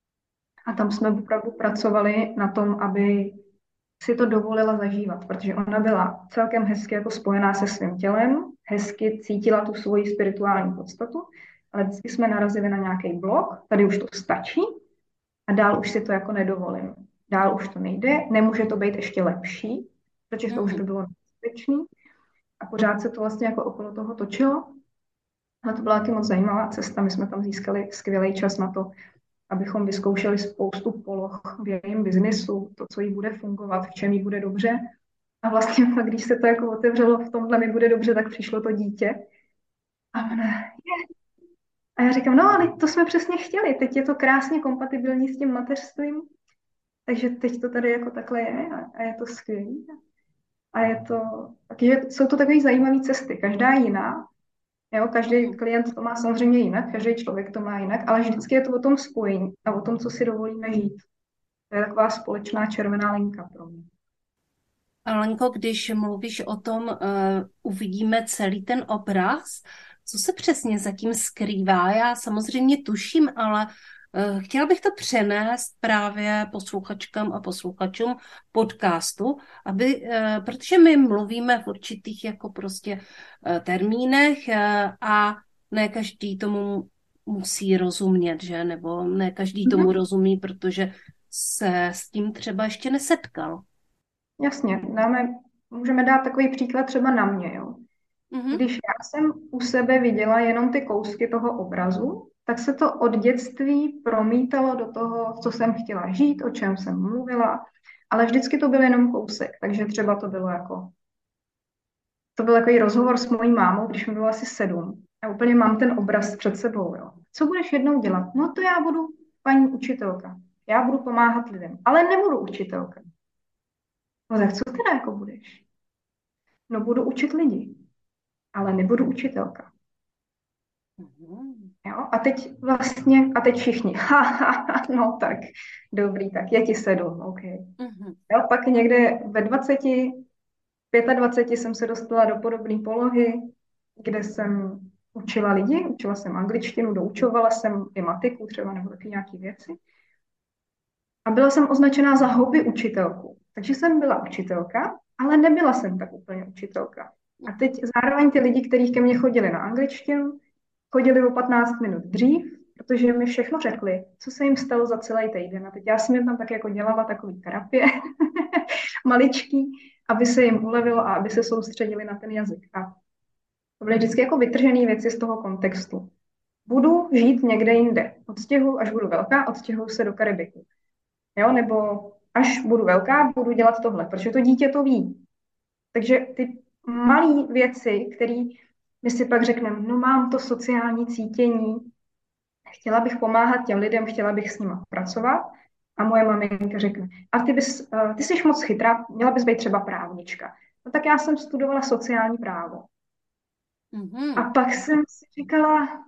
A tam jsme opravdu pracovali na tom, aby si to dovolila zažívat, protože ona byla celkem hezky jako spojená se svým tělem, hezky cítila tu svoji spirituální podstatu, ale vždycky jsme narazili na nějaký blok, tady už to stačí a dál už si to jako nedovolím. Dál už to nejde, nemůže to být ještě lepší, protože to už by bylo nebezpečný a pořád se to vlastně jako okolo toho točilo. A to byla taky moc zajímavá cesta, my jsme tam získali skvělý čas na to, abychom vyzkoušeli spoustu poloh v jejím biznisu, to, co jí bude fungovat, v čem jí bude dobře. A vlastně pak, když se to jako otevřelo, v tomhle mi bude dobře, tak přišlo to dítě. A já říkám, no ale to jsme přesně chtěli, teď je to krásně kompatibilní s tím mateřstvím, takže teď to tady jako takhle je a je to skvělý. A je to, takže jsou to takové zajímavé cesty, každá jiná. Jo, každý klient to má samozřejmě jinak, každý člověk to má jinak, ale vždycky je to o tom spojení a o tom, co si dovolíme žít. To je taková společná červená linka pro mě. Lenko, když mluvíš o tom, uvidíme celý ten obraz, co se přesně zatím skrývá? Já samozřejmě tuším, ale chtěla bych to přenést právě posluchačkám a posluchačům podcastu, protože my mluvíme v určitých jako prostě termínech a ne každý tomu musí rozumět, že? Nebo ne každý tomu rozumí, protože se s tím třeba ještě nesetkal. Jasně, můžeme dát takový příklad třeba na mě, jo. Mhm. Když já jsem u sebe viděla jenom ty kousky toho obrazu, tak se to od dětství promítalo do toho, co jsem chtěla žít, o čem jsem mluvila, ale vždycky to byl jenom kousek, takže třeba to byl takový rozhovor s mojí mámou, když mi bylo asi 7. A úplně mám ten obraz před sebou, jo. Co budeš jednou dělat? No to já budu paní učitelka. Já budu pomáhat lidem, ale nebudu učitelka. No tak co teda jako budeš? No budu učit lidi, ale nebudu učitelka. Mhm. Jo? A teď všichni. No tak, dobrý, tak je ti 7, OK. Mhm. Jo, pak někde ve 25 jsem se dostala do podobné polohy, kde jsem učila lidi, učila jsem angličtinu, doučovala jsem i matiku třeba nebo taky nějaké věci. A byla jsem označená za hobby učitelku. Takže jsem byla učitelka, ale nebyla jsem tak úplně učitelka. A teď zároveň ty lidi, kteří ke mně chodili na angličtinu, chodili o 15 minut dřív, protože mi všechno řekli, co se jim stalo za celý týden. A teď já jsem jim tam tak jako dělala takový terapie, maličký, aby se jim ulevilo a aby se soustředili na ten jazyk. A to byly vždycky jako vytržené věci z toho kontextu. Budu žít někde jinde. Odstěhuji, až budu velká, odstěhuji se do Karibiku. Jo, nebo až budu velká, budu dělat tohle, protože to dítě to ví. Takže ty malé věci, které my si pak řekneme, no mám to sociální cítění, chtěla bych pomáhat těm lidem, chtěla bych s nimi pracovat. A moje maminka řekne, a ty jsi moc chytrá, měla bys být třeba právnička. No tak já jsem studovala sociální právo. Mhm. A pak jsem si říkala,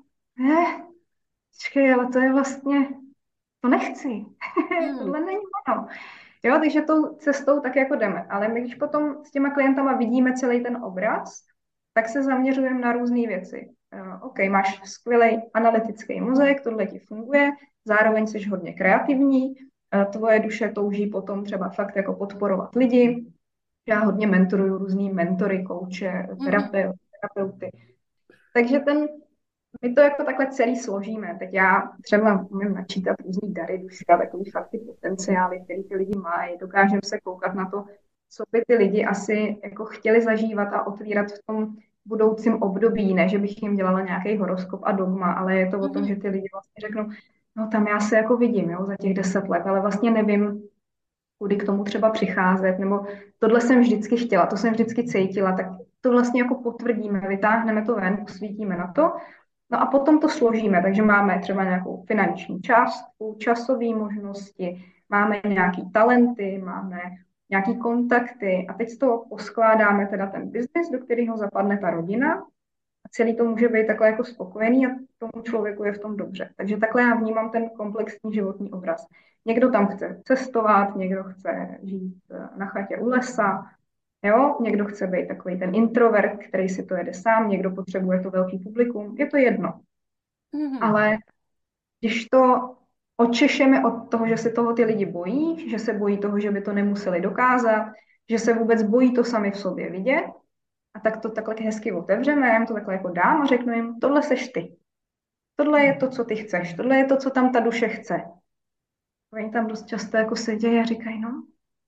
počkej, ale to je vlastně, to nechci. Tohle není ono. Jo, takže tou cestou tak jako jdeme. Ale my, když potom s těma klientama vidíme celý ten obraz, tak se zaměřujeme na různé věci. OK, máš skvělý analytický mozek, tohle ti funguje, zároveň jsi hodně kreativní, tvoje duše touží potom třeba fakt jako podporovat lidi. Já hodně mentoruju různý mentory, kouče, terapeuty. Takže my to jako takhle celý složíme. Teď já třeba umím načítat různý dary duše a takový fakt ty potenciály, který ty lidi mají. Dokážeme se koukat na to, co by ty lidi asi jako chtěli zažívat a otvírat v tom budoucím období. Ne, že bych jim dělala nějaký horoskop a dogma, ale je to o tom, že ty lidi vlastně řeknou, no tam já se jako vidím, jo, za těch 10 let, ale vlastně nevím, kudy k tomu třeba přicházet, nebo tohle jsem vždycky chtěla, to jsem vždycky cítila, tak to vlastně jako potvrdíme, vytáhneme to ven, posvítíme na to. No a potom to složíme, takže máme třeba nějakou finanční částku, časové možnosti, máme nějaký talenty, máme nějaký kontakty a teď z toho poskládáme teda ten biznis, do kterého zapadne ta rodina a celý to může být takhle jako spokojený a tomu člověku je v tom dobře. Takže takhle já vnímám ten komplexní životní obraz. Někdo tam chce cestovat, někdo chce žít na chatě u lesa, jo? Někdo chce být takový ten introvert, který si to jede sám, někdo potřebuje to velký publikum, je to jedno. Ale když to odčešeme od toho, že se toho ty lidi bojí, že se bojí toho, že by to nemuseli dokázat, že se vůbec bojí to sami v sobě vidět, a tak to takhle hezky otevřeme, já jim to takhle jako dám a řeknu jim, tohle seš ty. Tohle je to, co ty chceš. Tohle je to, co tam ta duše chce. Oni tam dost často jako sedějí a říkají, no,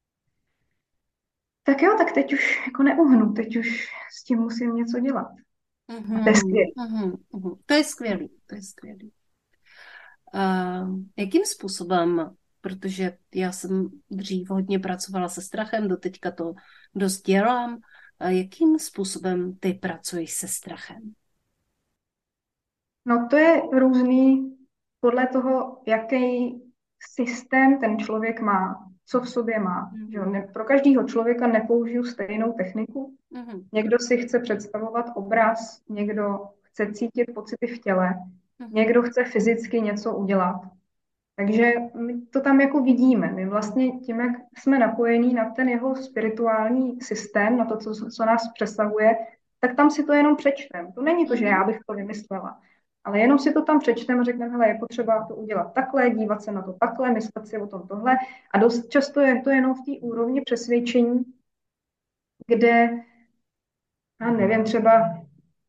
tak jo, tak teď už jako neuhnu, teď už s tím musím něco dělat. A to je skvělý. To je skvělý, to je skvělý. Jakým způsobem, protože já jsem dřív hodně pracovala se strachem, doteďka to dost dělám, jakým způsobem ty pracuješ se strachem? No to je různý podle toho, jaký systém ten člověk má, co v sobě má. Že pro každého člověka nepoužiju stejnou techniku. Někdo si chce představovat obraz, někdo chce cítit pocity v těle, někdo chce fyzicky něco udělat. Takže my to tam jako vidíme. My vlastně tím, jak jsme napojení na ten jeho spirituální systém, na to, co nás přesahuje, tak tam si to jenom přečteme. To není to, že já bych to vymyslela. Ale jenom si to tam přečteme a řekneme, hele, je potřeba to udělat takhle, dívat se na to takhle, myslet si o tom tohle. A dost často je to jenom v té úrovni přesvědčení, kde, já nevím, třeba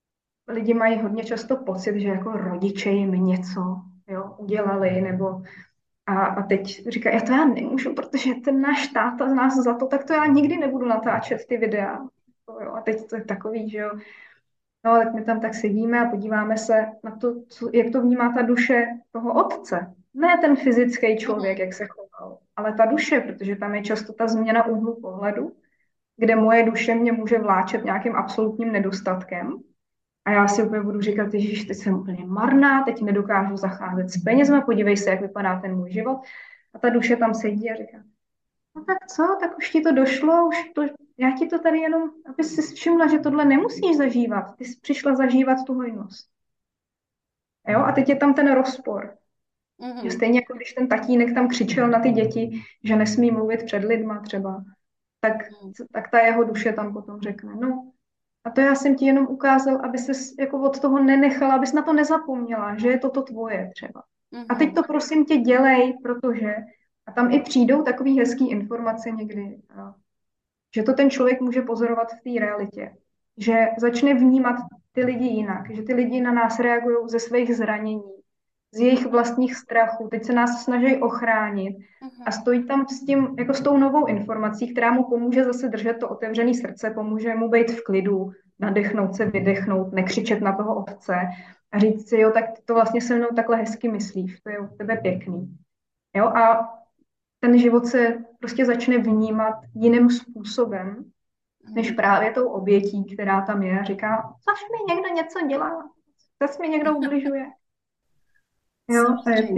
lidi mají hodně často pocit, že jako rodiče jim něco, jo, udělali, nebo a teď říká, to já nemůžu, protože ten náš táta z nás za to, tak to já nikdy nebudu natáčet ty videa. To, jo, a teď to je takový, že jo. No, tak my tam tak sedíme a podíváme se na to, jak to vnímá ta duše toho otce. Ne ten fyzický člověk, jak se choval, ale ta duše, protože tam je často ta změna úhlu pohledu, kde moje duše mě může vláčet nějakým absolutním nedostatkem. A já si úplně budu říkat, Ježíš, teď jsem úplně marná, teď nedokážu zacházet s penězma, podívej se, jak vypadá ten můj život. A ta duše tam sedí a říká, no tak co, tak už ti to došlo, já ti to tady jenom, aby si všimla, že tohle nemusíš zažívat. Ty jsi přišla zažívat tu hojnost. Jo? A teď je tam ten rozpor. Že stejně jako když ten tatínek tam křičel na ty děti, že nesmí mluvit před lidma třeba, tak ta jeho duše tam potom řekne, no, a to já jsem ti jenom ukázal, aby ses jako od toho nenechala, abys na to nezapomněla, že je to tvoje třeba. A teď to prosím tě dělej, protože a tam i přijdou takový hezký informace někdy, že to ten člověk může pozorovat v té realitě. Že začne vnímat ty lidi jinak, že ty lidi na nás reagují ze svých zranění, z jejich vlastních strachů, teď se nás snaží ochránit a stojí tam s tím, jako s tou novou informací, která mu pomůže zase držet to otevřené srdce, pomůže mu být v klidu, nadechnout se, vydechnout, nekřičet na toho otce a říct si, jo, tak to vlastně se mnou takhle hezky myslíš, to je u tebe pěkný. Jo, a ten život se prostě začne vnímat jiným způsobem, než právě tou obětí, která tam je a říká, zaš mi někdo něco dělá, zas mi někdo ubližuje. Jo,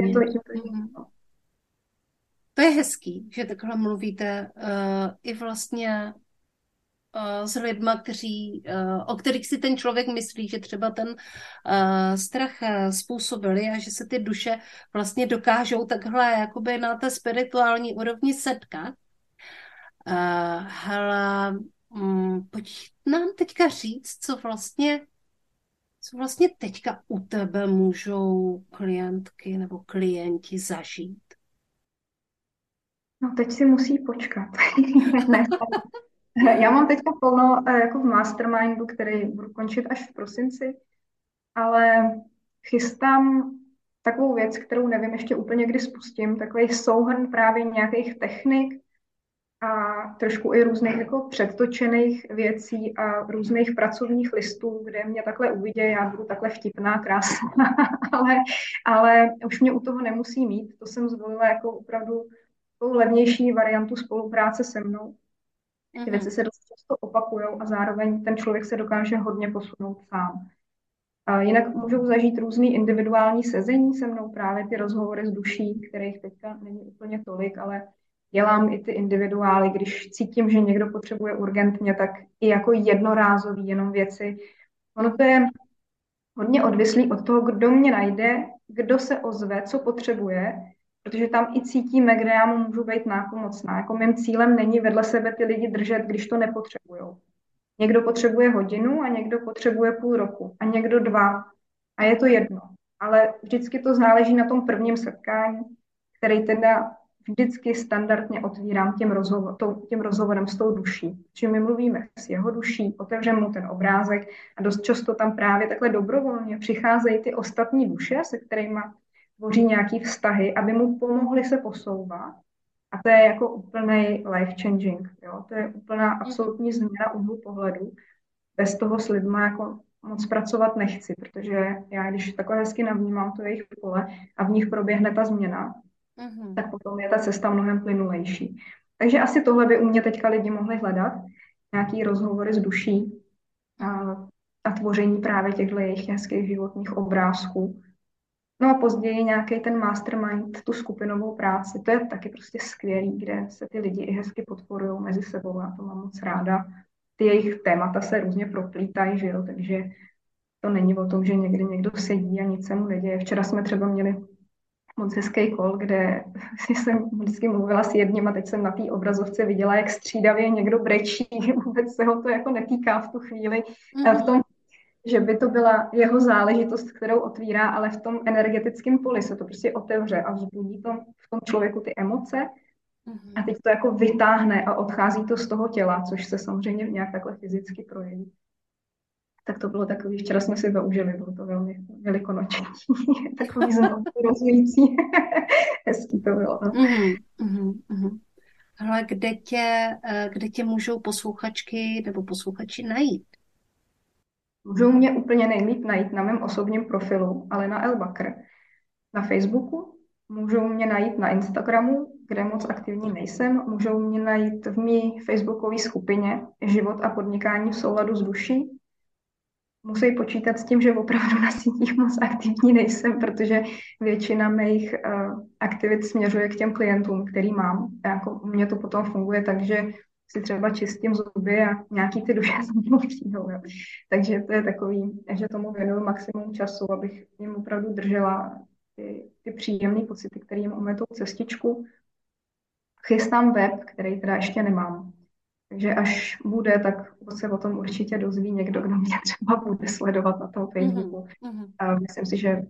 to je hezký, že takhle mluvíte i vlastně s lidma, o kterých si ten člověk myslí, že třeba ten strach způsobili a že se ty duše vlastně dokážou takhle jakoby na té spirituální úrovni setkat. Hele, pojď nám teďka říct, co vlastně teďka u tebe můžou klientky nebo klienti zažít. No teď si musí počkat. Ne. Já mám teďka plno jako v mastermindu, který budu končit až v prosinci, ale chystám takovou věc, kterou nevím ještě úplně kdy spustím, takový souhrn právě nějakých technik a trošku i různých jako předtočených věcí a různých pracovních listů, kde mě takhle uvidí, já budu takhle vtipná, krásná, ale už mě u toho nemusí mít. To jsem zvolila jako opravdu tou levnější variantu spolupráce se mnou. Ty věci se dost často opakujou a zároveň ten člověk se dokáže hodně posunout sám. A jinak můžou zažít různý individuální sezení se mnou, právě ty rozhovory s duší, kterých teďka není úplně tolik, ale dělám i ty individuály, když cítím, že někdo potřebuje urgentně, tak i jako jednorázový jenom věci. Ono to je hodně odvislý od toho, kdo mě najde, kdo se ozve, co potřebuje, protože tam i cítíme, kde já mu můžu být nápomocná. Jako mým cílem není vedle sebe ty lidi držet, když to nepotřebujou. Někdo potřebuje hodinu a někdo potřebuje půl roku a někdo 2. A je to jedno. Ale vždycky to záleží na tom prvním setkání, který teda vždycky standardně otvírám tím rozhovorem s tou duší. Že my mluvíme s jeho duší, otevřeme mu ten obrázek a dost často tam právě takhle dobrovolně přicházejí ty ostatní duše, se kterými tvoří nějaký vztahy, aby mu pomohli se posouvat. A to je jako úplný life changing. Jo? To je úplná absolutní změna úhlu pohledu. Bez toho s lidma jako moc pracovat nechci, protože já, když takhle hezky navnímám to jejich pole a v nich proběhne ta změna, tak potom je ta cesta mnohem plynulejší. Takže asi tohle by u mě teďka lidi mohli hledat. Nějaký rozhovory s duší a tvoření právě těchto jejich hezkých životních obrázků. No a později nějaký ten mastermind, tu skupinovou práci, to je taky prostě skvělý, kde se ty lidi i hezky podporují mezi sebou, já to mám moc ráda. Ty jejich témata se různě proplítají, že jo, takže to není o tom, že někdy někdo sedí a nic se mu neděje. Včera jsme třeba měli moc hezký kol, kde jsem vždycky mluvila s jedním a teď jsem na té obrazovce viděla, jak střídavě někdo brečí, vůbec se ho to jako netýká v tu chvíli, v tom, že by to byla jeho záležitost, kterou otvírá, ale v tom energetickém poli se to prostě otevře a vzbudí to v tom člověku ty emoce a teď to jako vytáhne a odchází to z toho těla, což se samozřejmě nějak takhle fyzicky projeví. Tak to bylo takový, včera jsme si to užili, bylo to velmi velikonoční, takový znovu rozvíjící. Hezký to bylo. No. Ale kde tě můžou posluchačky nebo posluchači najít? Můžou mě úplně nejlíp najít na mém osobním profilu Alena L. Bakr na Facebooku, můžou mě najít na Instagramu, kde moc aktivní nejsem, můžou mě najít v mý facebookové skupině Život a podnikání v souladu s duší. Musí počítat s tím, že opravdu na sítích moc aktivní nejsem, protože většina mých aktivit směřuje k těm klientům, který mám. Jako u mě to potom funguje tak, že si třeba čistím zuby a nějaký ty duše za mnou přijdou. Takže to je takový, že tomu věnuju maximum času, abych jim opravdu držela ty příjemné pocity, které jim umetou cestičku. Chystám web, který teda ještě nemám. Takže až bude, tak se o tom určitě dozví někdo, kdo mě třeba bude sledovat na tom Facebooku. A myslím si, že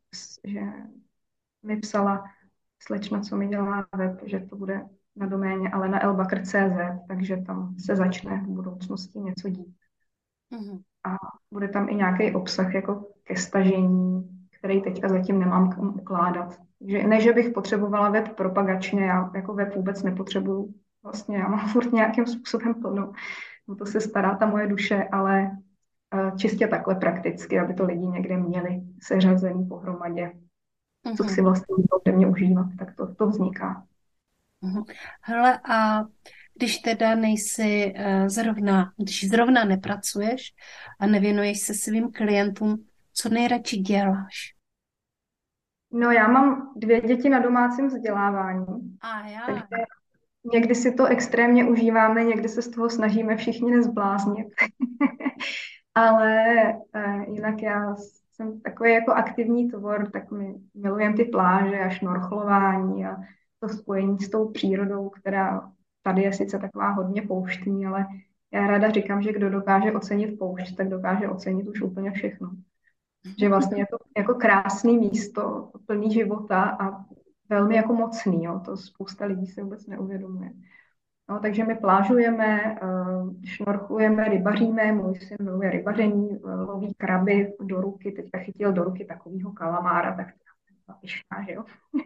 mi psala slečna, co mi dělá web, že to bude na doméně alenalbakr.cz, takže tam se začne v budoucnosti něco dít. A bude tam i nějaký obsah jako ke stažení, který teďka zatím nemám kam ukládat. Takže ne, že bych potřebovala web propagačně, já jako web vůbec nepotřebuju. Vlastně já mám furt nějakým způsobem plno. O to se stará ta moje duše, ale čistě takhle prakticky, aby to lidi někde měli seřazený pohromadě. Co si vlastně ode mě užívat, tak to vzniká. Hele, a když teda nejsi když zrovna nepracuješ a nevěnuješ se svým klientům, co nejradši děláš? No, já mám 2 děti na domácím vzdělávání. Takže někdy si to extrémně užíváme, někdy se z toho snažíme všichni nezbláznit. Ale jinak já jsem takový jako aktivní tvor, tak milujem ty pláže a šnorchlování a to spojení s tou přírodou, která tady je sice taková hodně pouštní, ale já ráda říkám, že kdo dokáže ocenit poušť, tak dokáže ocenit už úplně všechno. Že vlastně je to jako krásné místo, plný života a velmi jako mocný, jo. To spousta lidí se vůbec neuvědomuje. No, takže my plážujeme, šnorchlujeme, rybaříme, můj syn miluje rybaření, loví kraby do ruky, teďka chytil do ruky takovýho kalamára, tak to je pyšná, že jo.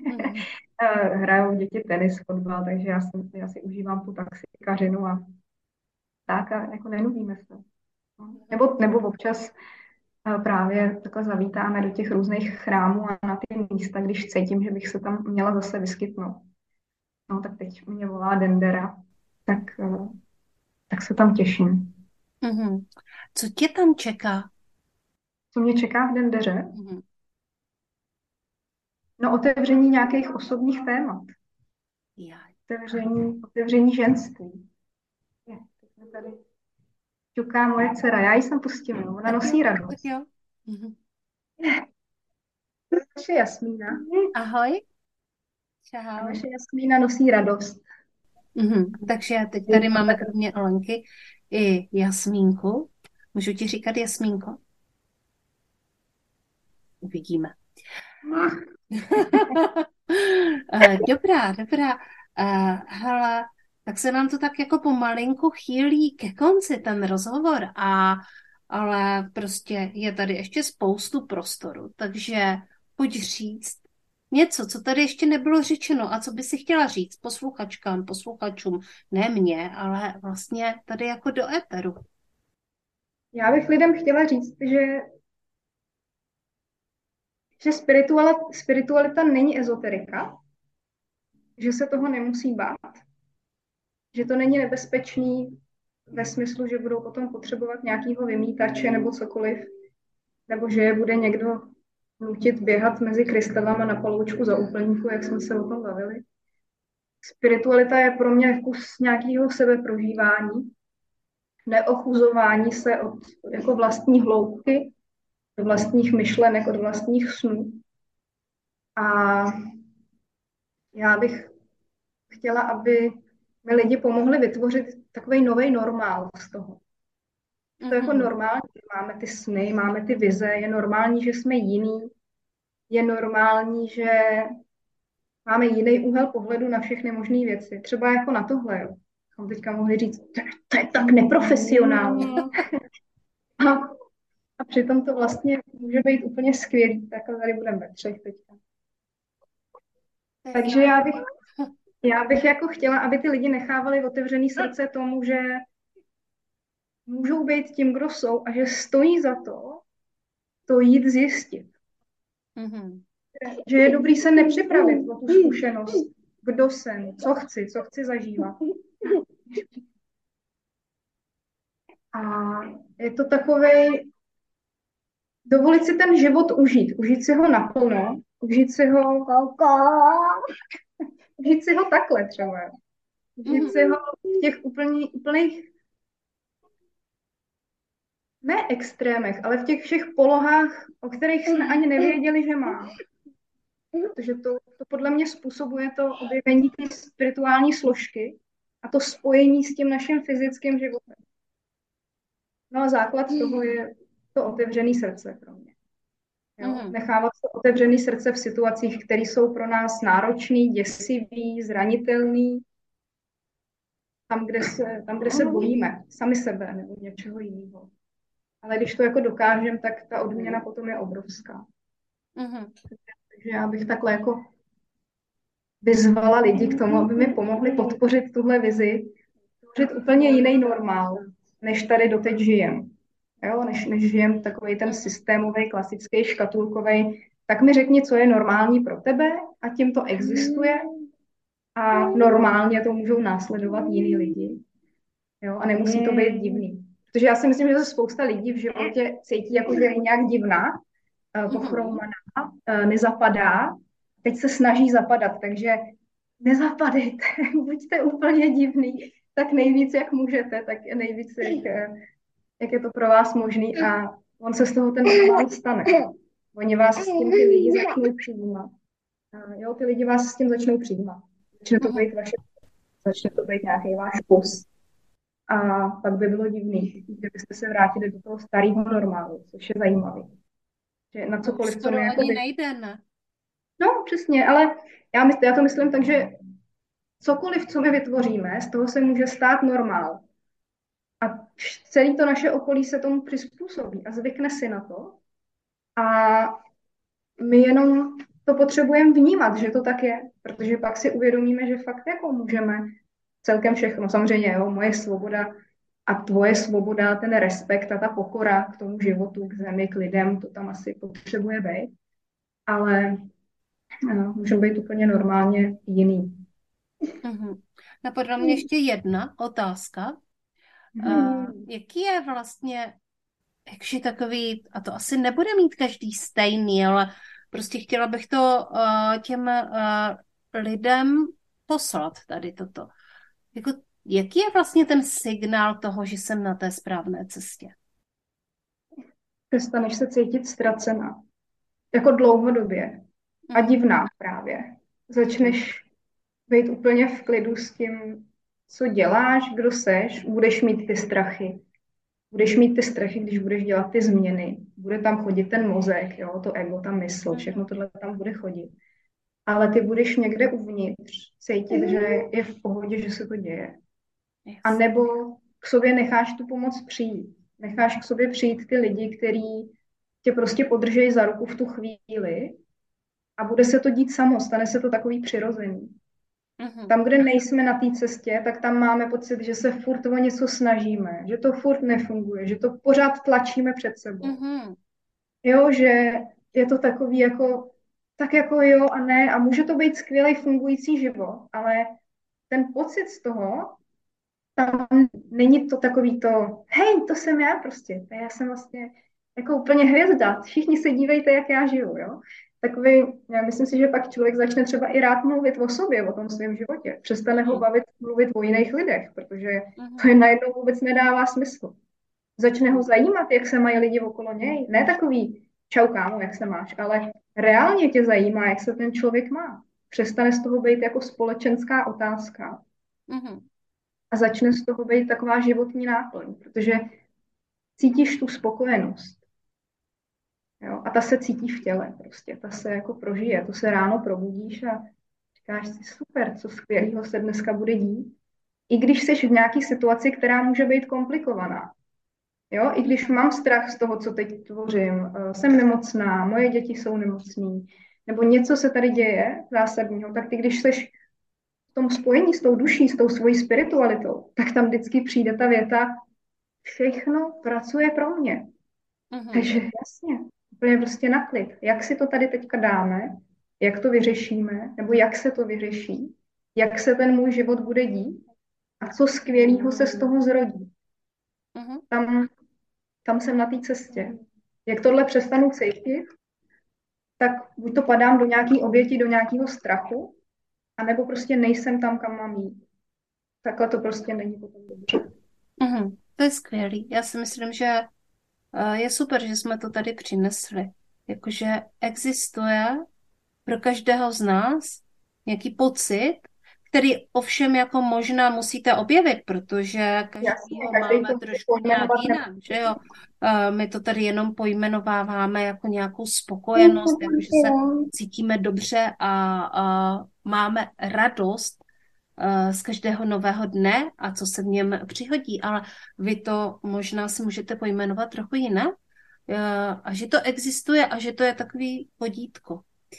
Hrajou děti tenis, fotbal, takže já si užívám tu taxikařinu a tak a jako nenudíme se. Nebo občas právě takhle zavítáme do těch různých chrámů a na ty místa, když cítím, že bych se tam měla zase vyskytnout. No tak teď mě volá Dendera, tak se tam těším. Co tě tam čeká? Co mě čeká v Dendeře? No, otevření nějakých osobních témat. Otevření ženství. Teď tady ťuká moje dcera. Já ji jsem pustila, ona nosí radost. To je naše Jasmína. Ahoj. Čau. Naše Jasmína nosí radost. Takže teď tady máme kromě Alenky i Jasmínku. Můžu ti říkat Jasmínko? Uvidíme. Dobrá. Hele, tak se nám to tak jako pomalinku chýlí ke konci ten rozhovor, ale prostě je tady ještě spoustu prostoru, takže pojď říct něco, co tady ještě nebylo řečeno a co by si chtěla říct posluchačkám, posluchačům, ne mě, ale vlastně tady jako do éteru. Já bych lidem chtěla říct, že spiritualita není ezoterika, že se toho nemusí bát, že to není nebezpečný ve smyslu, že budou potom potřebovat nějakého vymítače nebo cokoliv, nebo že je bude někdo nutit běhat mezi krystalama na paloučku za úplníku, jak jsme se o tom bavili. Spiritualita je pro mě kus nějakého sebeprožívání, neochuzování se od jako vlastní hloubky, od vlastních myšlenek, od vlastních snů. A já bych chtěla, aby mi lidi pomohli vytvořit takový nový normál z toho. To je jako normální, že máme ty sny, máme ty vize, je normální, že jsme jiný, je normální, že máme jiný úhel pohledu na všechny možné věci. Třeba jako na tohle, jo. Jsem teďka mohli říct, to je tak neprofesionální. A A přitom to vlastně může být úplně skvělý. Takhle tady budeme ve třech teďka. Takže já bych jako chtěla, aby ty lidi nechávali otevřený srdce tomu, že můžou být tím, kdo jsou a že stojí za to jít zjistit. Mhm. Že je dobrý se nepřipravit o tu zkušenost, kdo jsem, co chci zažívat. A je to takovej, dovolit si ten život užít si ho naplno, užít si ho takhle třeba. Užít si ho v těch úplných, ne extrémech, ale v těch všech polohách, o kterých jsme ani nevěděli, že má. Protože to podle mě způsobuje to objevení té spirituální složky a to spojení s tím naším fyzickým životem. No a základ toho je to otevřené srdce pro mě. Jo? Nechávat to otevřené srdce v situacích, které jsou pro nás náročný, děsivý, zranitelný, tam, kde se bojíme sami sebe nebo něčeho jiného. Ale když to jako dokážeme, tak ta odměna potom je obrovská. Takže já bych takhle jako vyzvala lidi k tomu, aby mi pomohli podpořit tuhle vizi, tvořit úplně jiný normál, než tady doteď žijem. Jo, než žijem takový ten systémový, klasický, škatulkový, tak mi řekni, co je normální pro tebe a tím to existuje a normálně to můžou následovat jiní lidi. Jo, a nemusí to být divný. Protože já si myslím, že se spousta lidí v životě cítí jako, že je nějak divná, pochromaná, nezapadá. Teď se snaží zapadat, takže nezapadejte, buďte úplně divný, tak nejvíc, jak můžete, tak nejvíc, jak je to pro vás možný a on se z toho ten normál stane. Oni vás s tím ty lidi začnou přijímat. Jo, ty lidi vás s tím začnou přijímat. Začne to být nějaký váš kus. A pak by bylo divný, kdybyste se vrátili do toho starého normálu, což je zajímavé. Že na cokoliv, co mi jako nejde, ne? No, přesně, ale já to myslím tak, že cokoliv, co my vytvoříme, z toho se může stát normál. A celé to naše okolí se tomu přizpůsobí a zvykne si na to. A my jenom to potřebujeme vnímat, že to tak je, protože pak si uvědomíme, že fakt jako můžeme celkem všechno. Samozřejmě, jo, moje svoboda a tvoje svoboda, ten respekt a ta pokora k tomu životu, k zemi, k lidem, to tam asi potřebuje být. Ale můžeme být úplně normálně jiný. Napadla mě ještě jedna otázka. Jaký je vlastně, jakže takový, a to asi nebude mít každý stejný, ale prostě chtěla bych to těm lidem poslat tady toto. Jako, jaký je vlastně ten signál toho, že jsem na té správné cestě? Přestaneš se cítit ztracená. Jako dlouhodobě. A divná právě. Začneš být úplně v klidu s tím, co děláš, kdo seš, budeš mít ty strachy. Budeš mít ty strachy, když budeš dělat ty změny. Bude tam chodit ten mozek, jo, to ego, ta mysl, všechno tohle tam bude chodit. Ale ty budeš někde uvnitř cítit, že je v pohodě, že se to děje. A nebo k sobě necháš tu pomoc přijít. Necháš k sobě přijít ty lidi, kteří tě prostě podržejí za ruku v tu chvíli a bude se to dít samo, stane se to takový přirozený. Tam, kde nejsme na té cestě, tak tam máme pocit, že se furt o něco snažíme, že to furt nefunguje, že to pořád tlačíme před sebou. Jo, že je to takový jako, tak jako jo a ne a může to být skvělý fungující život, ale ten pocit z toho, tam není to takový to, hej, to jsem já prostě, já jsem vlastně jako úplně hvězda, všichni se dívejte, jak já žiju, jo. Já myslím si, že pak člověk začne třeba i rád mluvit o sobě, o tom svém životě. Přestane ho bavit mluvit o jiných lidech, protože to je najednou vůbec nedává smysl. Začne ho zajímat, jak se mají lidi okolo něj. Ne takový, čau kámo, jak se máš, ale reálně tě zajímá, jak se ten člověk má. Přestane z toho být jako společenská otázka. A začne z toho být taková životní náplň, protože cítíš tu spokojenost. Jo? A ta se cítí v těle prostě, ta se jako prožije, to se ráno probudíš a říkáš si super, co skvělého se dneska bude dít. I když jsi v nějaké situaci, která může být komplikovaná. Jo, i když mám strach z toho, co teď tvořím, jsem nemocná, moje děti jsou nemocný, nebo něco se tady děje zásadního, tak ty, když seš v tom spojení s tou duší, s tou svojí spiritualitou, tak tam vždycky přijde ta věta, všechno pracuje pro mě. Takže jasně, úplně prostě na klid. Jak si to tady teďka dáme, jak to vyřešíme, nebo jak se to vyřeší, jak se ten můj život bude dít a co skvělého se z toho zrodí. Tam jsem na té cestě. Jak tohle přestanu cítit, tak buď to padám do nějaké oběti, do nějakého strachu, anebo prostě nejsem tam, kam mám jít. Takhle to prostě není potom dobře. To je skvělý. Já si myslím, že je super, že jsme to tady přinesli. Jakože existuje pro každého z nás nějaký pocit, který ovšem jako možná musíte objevit, protože každýho máme trošku nějak jinak, že jo? My to tady jenom pojmenováváme jako nějakou spokojenost, jakože se cítíme dobře a máme radost z každého nového dne a co se v něm přihodí, ale vy to možná si můžete pojmenovat trochu jinak a že to existuje a že to je takový vodítko.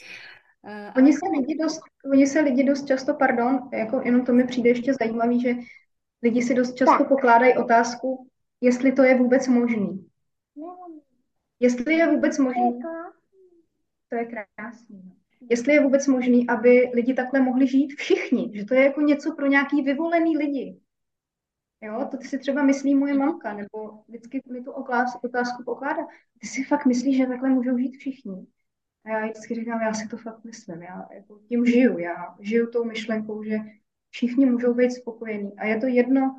Oni se lidi dost často, jako jenom to mi přijde ještě zajímavý, že lidi si dost často pokládají otázku, jestli to je vůbec možný. Jestli je vůbec možný, to je krásný. Jestli je vůbec možný, aby lidi takhle mohli žít všichni, že to je jako něco pro nějaký vyvolený lidi. Jo, to si třeba myslí moje mamka, nebo vždycky mi tu otázku pokládá. Ty si fakt myslíš, že takhle můžou žít všichni? A já vždycky říkám, já si to fakt myslím, já jako tím žiju, já žiju tou myšlenkou, že všichni můžou být spokojení. A je to jedno,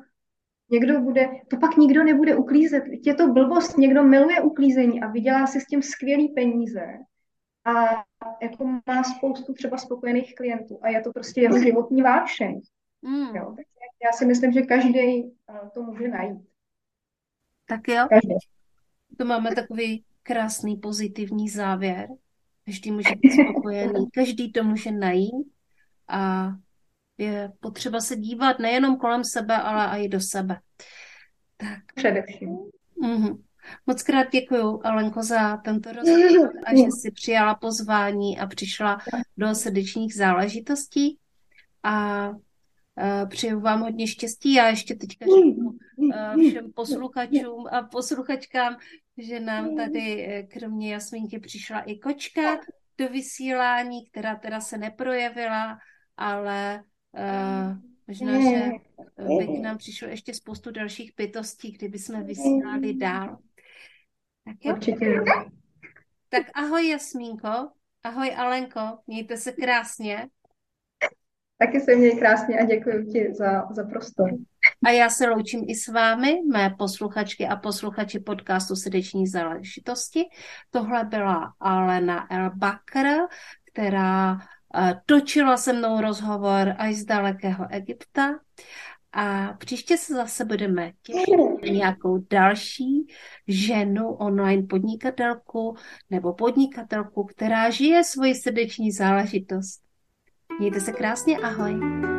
to pak nikdo nebude uklízet. Je to blbost, někdo miluje uklízení a vydělá si s tím skvělý peníze. A jako má spoustu třeba spokojených klientů a je to prostě jeho životní vášeň. Jo, takže já si myslím, že každý to může najít. Tak jo, to máme takový krásný pozitivní závěr. Každý může být spokojený, každý to může najít a je potřeba se dívat nejenom kolem sebe, ale i do sebe. Tak. Především. Moc krát děkuju, Alenko, za tento rozhovor a že jsi přijala pozvání a přišla do srdečních záležitostí a přeju vám hodně štěstí a ještě teďka řeknu všem posluchačům a posluchačkám, že nám tady kromě Jasmínky přišla i kočka do vysílání, která teda se neprojevila, ale možná, že by k nám přišlo ještě spoustu dalších bytostí, kdyby jsme vysílali dál. Tak jo? Určitě. Tak ahoj Jasmínko, ahoj Alenko, mějte se krásně. Taky se měj krásně a děkuji ti za prostor. A já se loučím i s vámi, mé posluchačky a posluchači podcastu Srdeční záležitosti. Tohle byla Alena El-Bakr, která točila se mnou rozhovor až z dalekého Egypta. A příště se zase budeme těšit na nějakou další ženu, online podnikatelku nebo podnikatelku, která žije svoji srdeční záležitost. Mějte se krásně, ahoj.